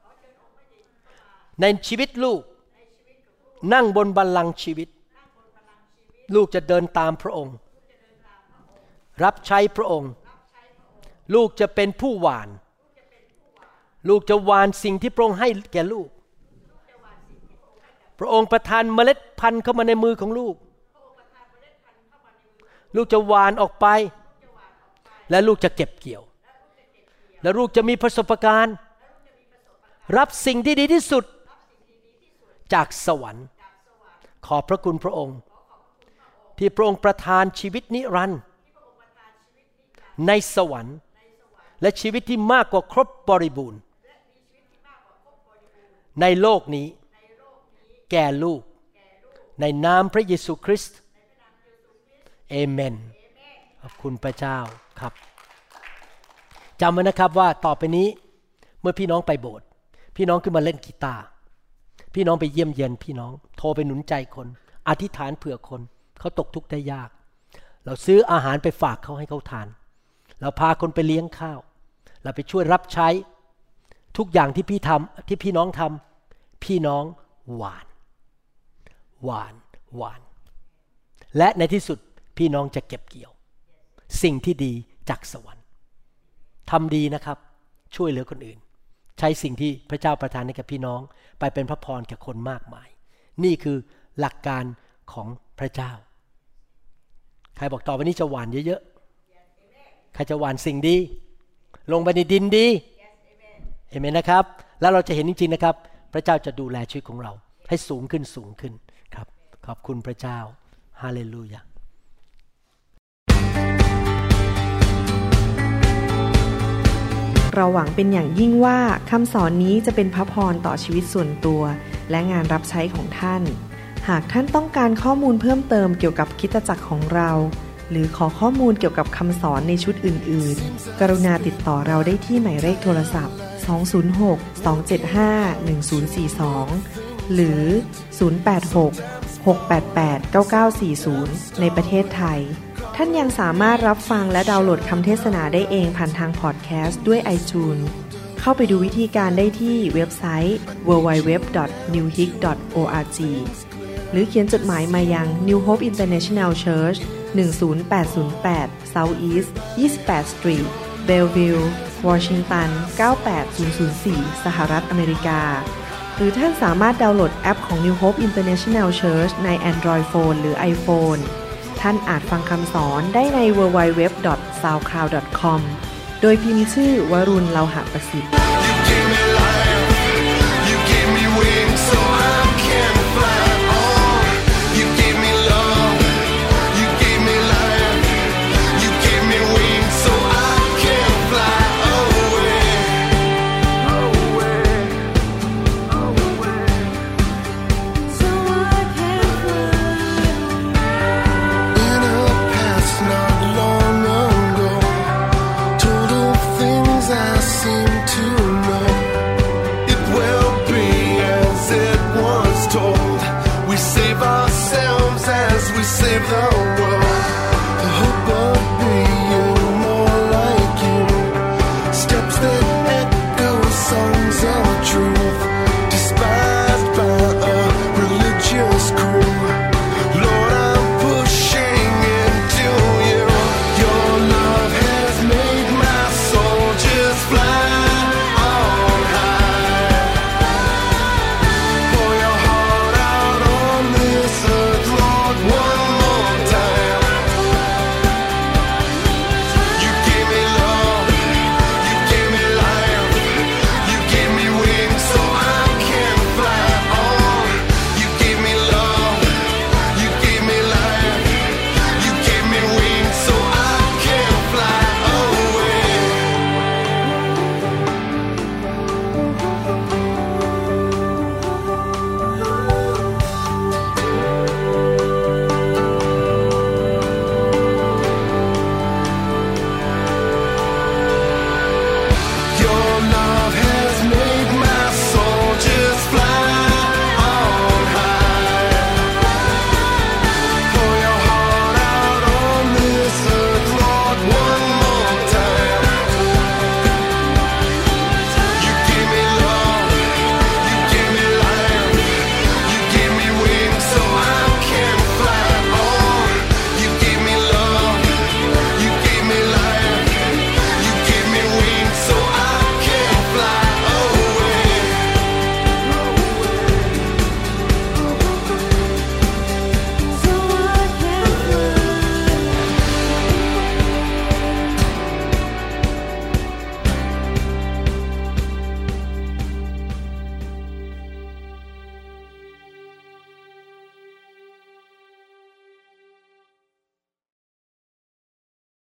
ในชีวิตลูกนั่งบนบัลลังก์ชีวิตลูกจะเดินตามพระองค์รับใช้พระองค์ลูกจะเป็นผู้หว่านลูกจะหว่านสิ่งที่พระองค์ให้แก่ลูกพระองค์ประทานเมล็ดพันธุ์เข้ามาในมือของลูกลูกจะหว่านออกไปและลูกจะเก็บเกี่ยวและลูกจะมีประสบการณ์รับสิ่งที่ดีที่สุดจากสวรรค์ขอบพระคุณพระองค์ที่พระองค์ประทานชีวิตนิรันดร์ในสวรรค์และชีวิตที่มากกว่าครบบริบูรณ์ในโลกนี้แก่ลูกในนามพระเยซูคริสต์เอเมนขอบคุณพระเจ้าครับจำไว้นะครับว่าต่อไปนี้เมื่อพี่น้องไปโบสถ์พี่น้องขึ้นมาเล่นกีตาร์พี่น้องไปเยี่ยมเยียนพี่น้องโทรไปหนุนใจคนอธิษฐานเผื่อคนเขาตกทุกข์ได้ยากเราซื้ออาหารไปฝากเขาให้เขาทานเราพาคนไปเลี้ยงข้าวเราไปช่วยรับใช้ทุกอย่างที่พี่น้องทำพี่น้องหวานและในที่สุดพี่น้องจะเก็บเกี่ยวสิ่งที่ดีจากสวรรค์ทำดีนะครับช่วยเหลือคนอื่นใช้สิ่งที่พระเจ้าประทานให้กับพี่น้องไปเป็นพระพรแก่คนมากมายนี่คือหลักการของพระเจ้าใครบอกต่อไปนี้จะหว่านเยอะๆใครจะหว่านสิ่งดีลงไปในดินดีเห็นไหมนะครับแล้วเราจะเห็นจริงๆนะครับพระเจ้าจะดูแลชีวิตของเราให้สูงขึ้นครับขอบคุณพระเจ้าฮาเลลูยาเราหวังเป็นอย่างยิ่งว่าคำสอนนี้จะเป็นพระพรต่อชีวิตส่วนตัวและงานรับใช้ของท่านหากท่านต้องการข้อมูลเพิ่มเติมเกี่ยวกับคริสตจักรของเราหรือขอข้อมูลเกี่ยวกับคำสอนในชุดอื่นๆกรุณาติดต่อเราได้ที่หมายเลขโทรศัพท์206-275-1042หรือ086-688-9940ในประเทศไทยท่านยังสามารถรับฟังและดาวน์โหลดคำเทศนาได้เองผ่านทางพอดแคสต์ด้วย iTunes เข้าไปดูวิธีการได้ที่เว็บไซต์ www.newhope.org หรือเขียนจดหมายมายัง New Hope International Church 10808 South East 28 Street Bellevue Washington 98004 สหรัฐอเมริกาหรือท่านสามารถดาวน์โหลดแอปของ New Hope International Church ใน Android Phone หรือ iPhone ท่านอาจฟังคำสอนได้ใน www.soundcloud.com โดยพิมพ์ชื่อวรุณ เลาหะประสิทธิ์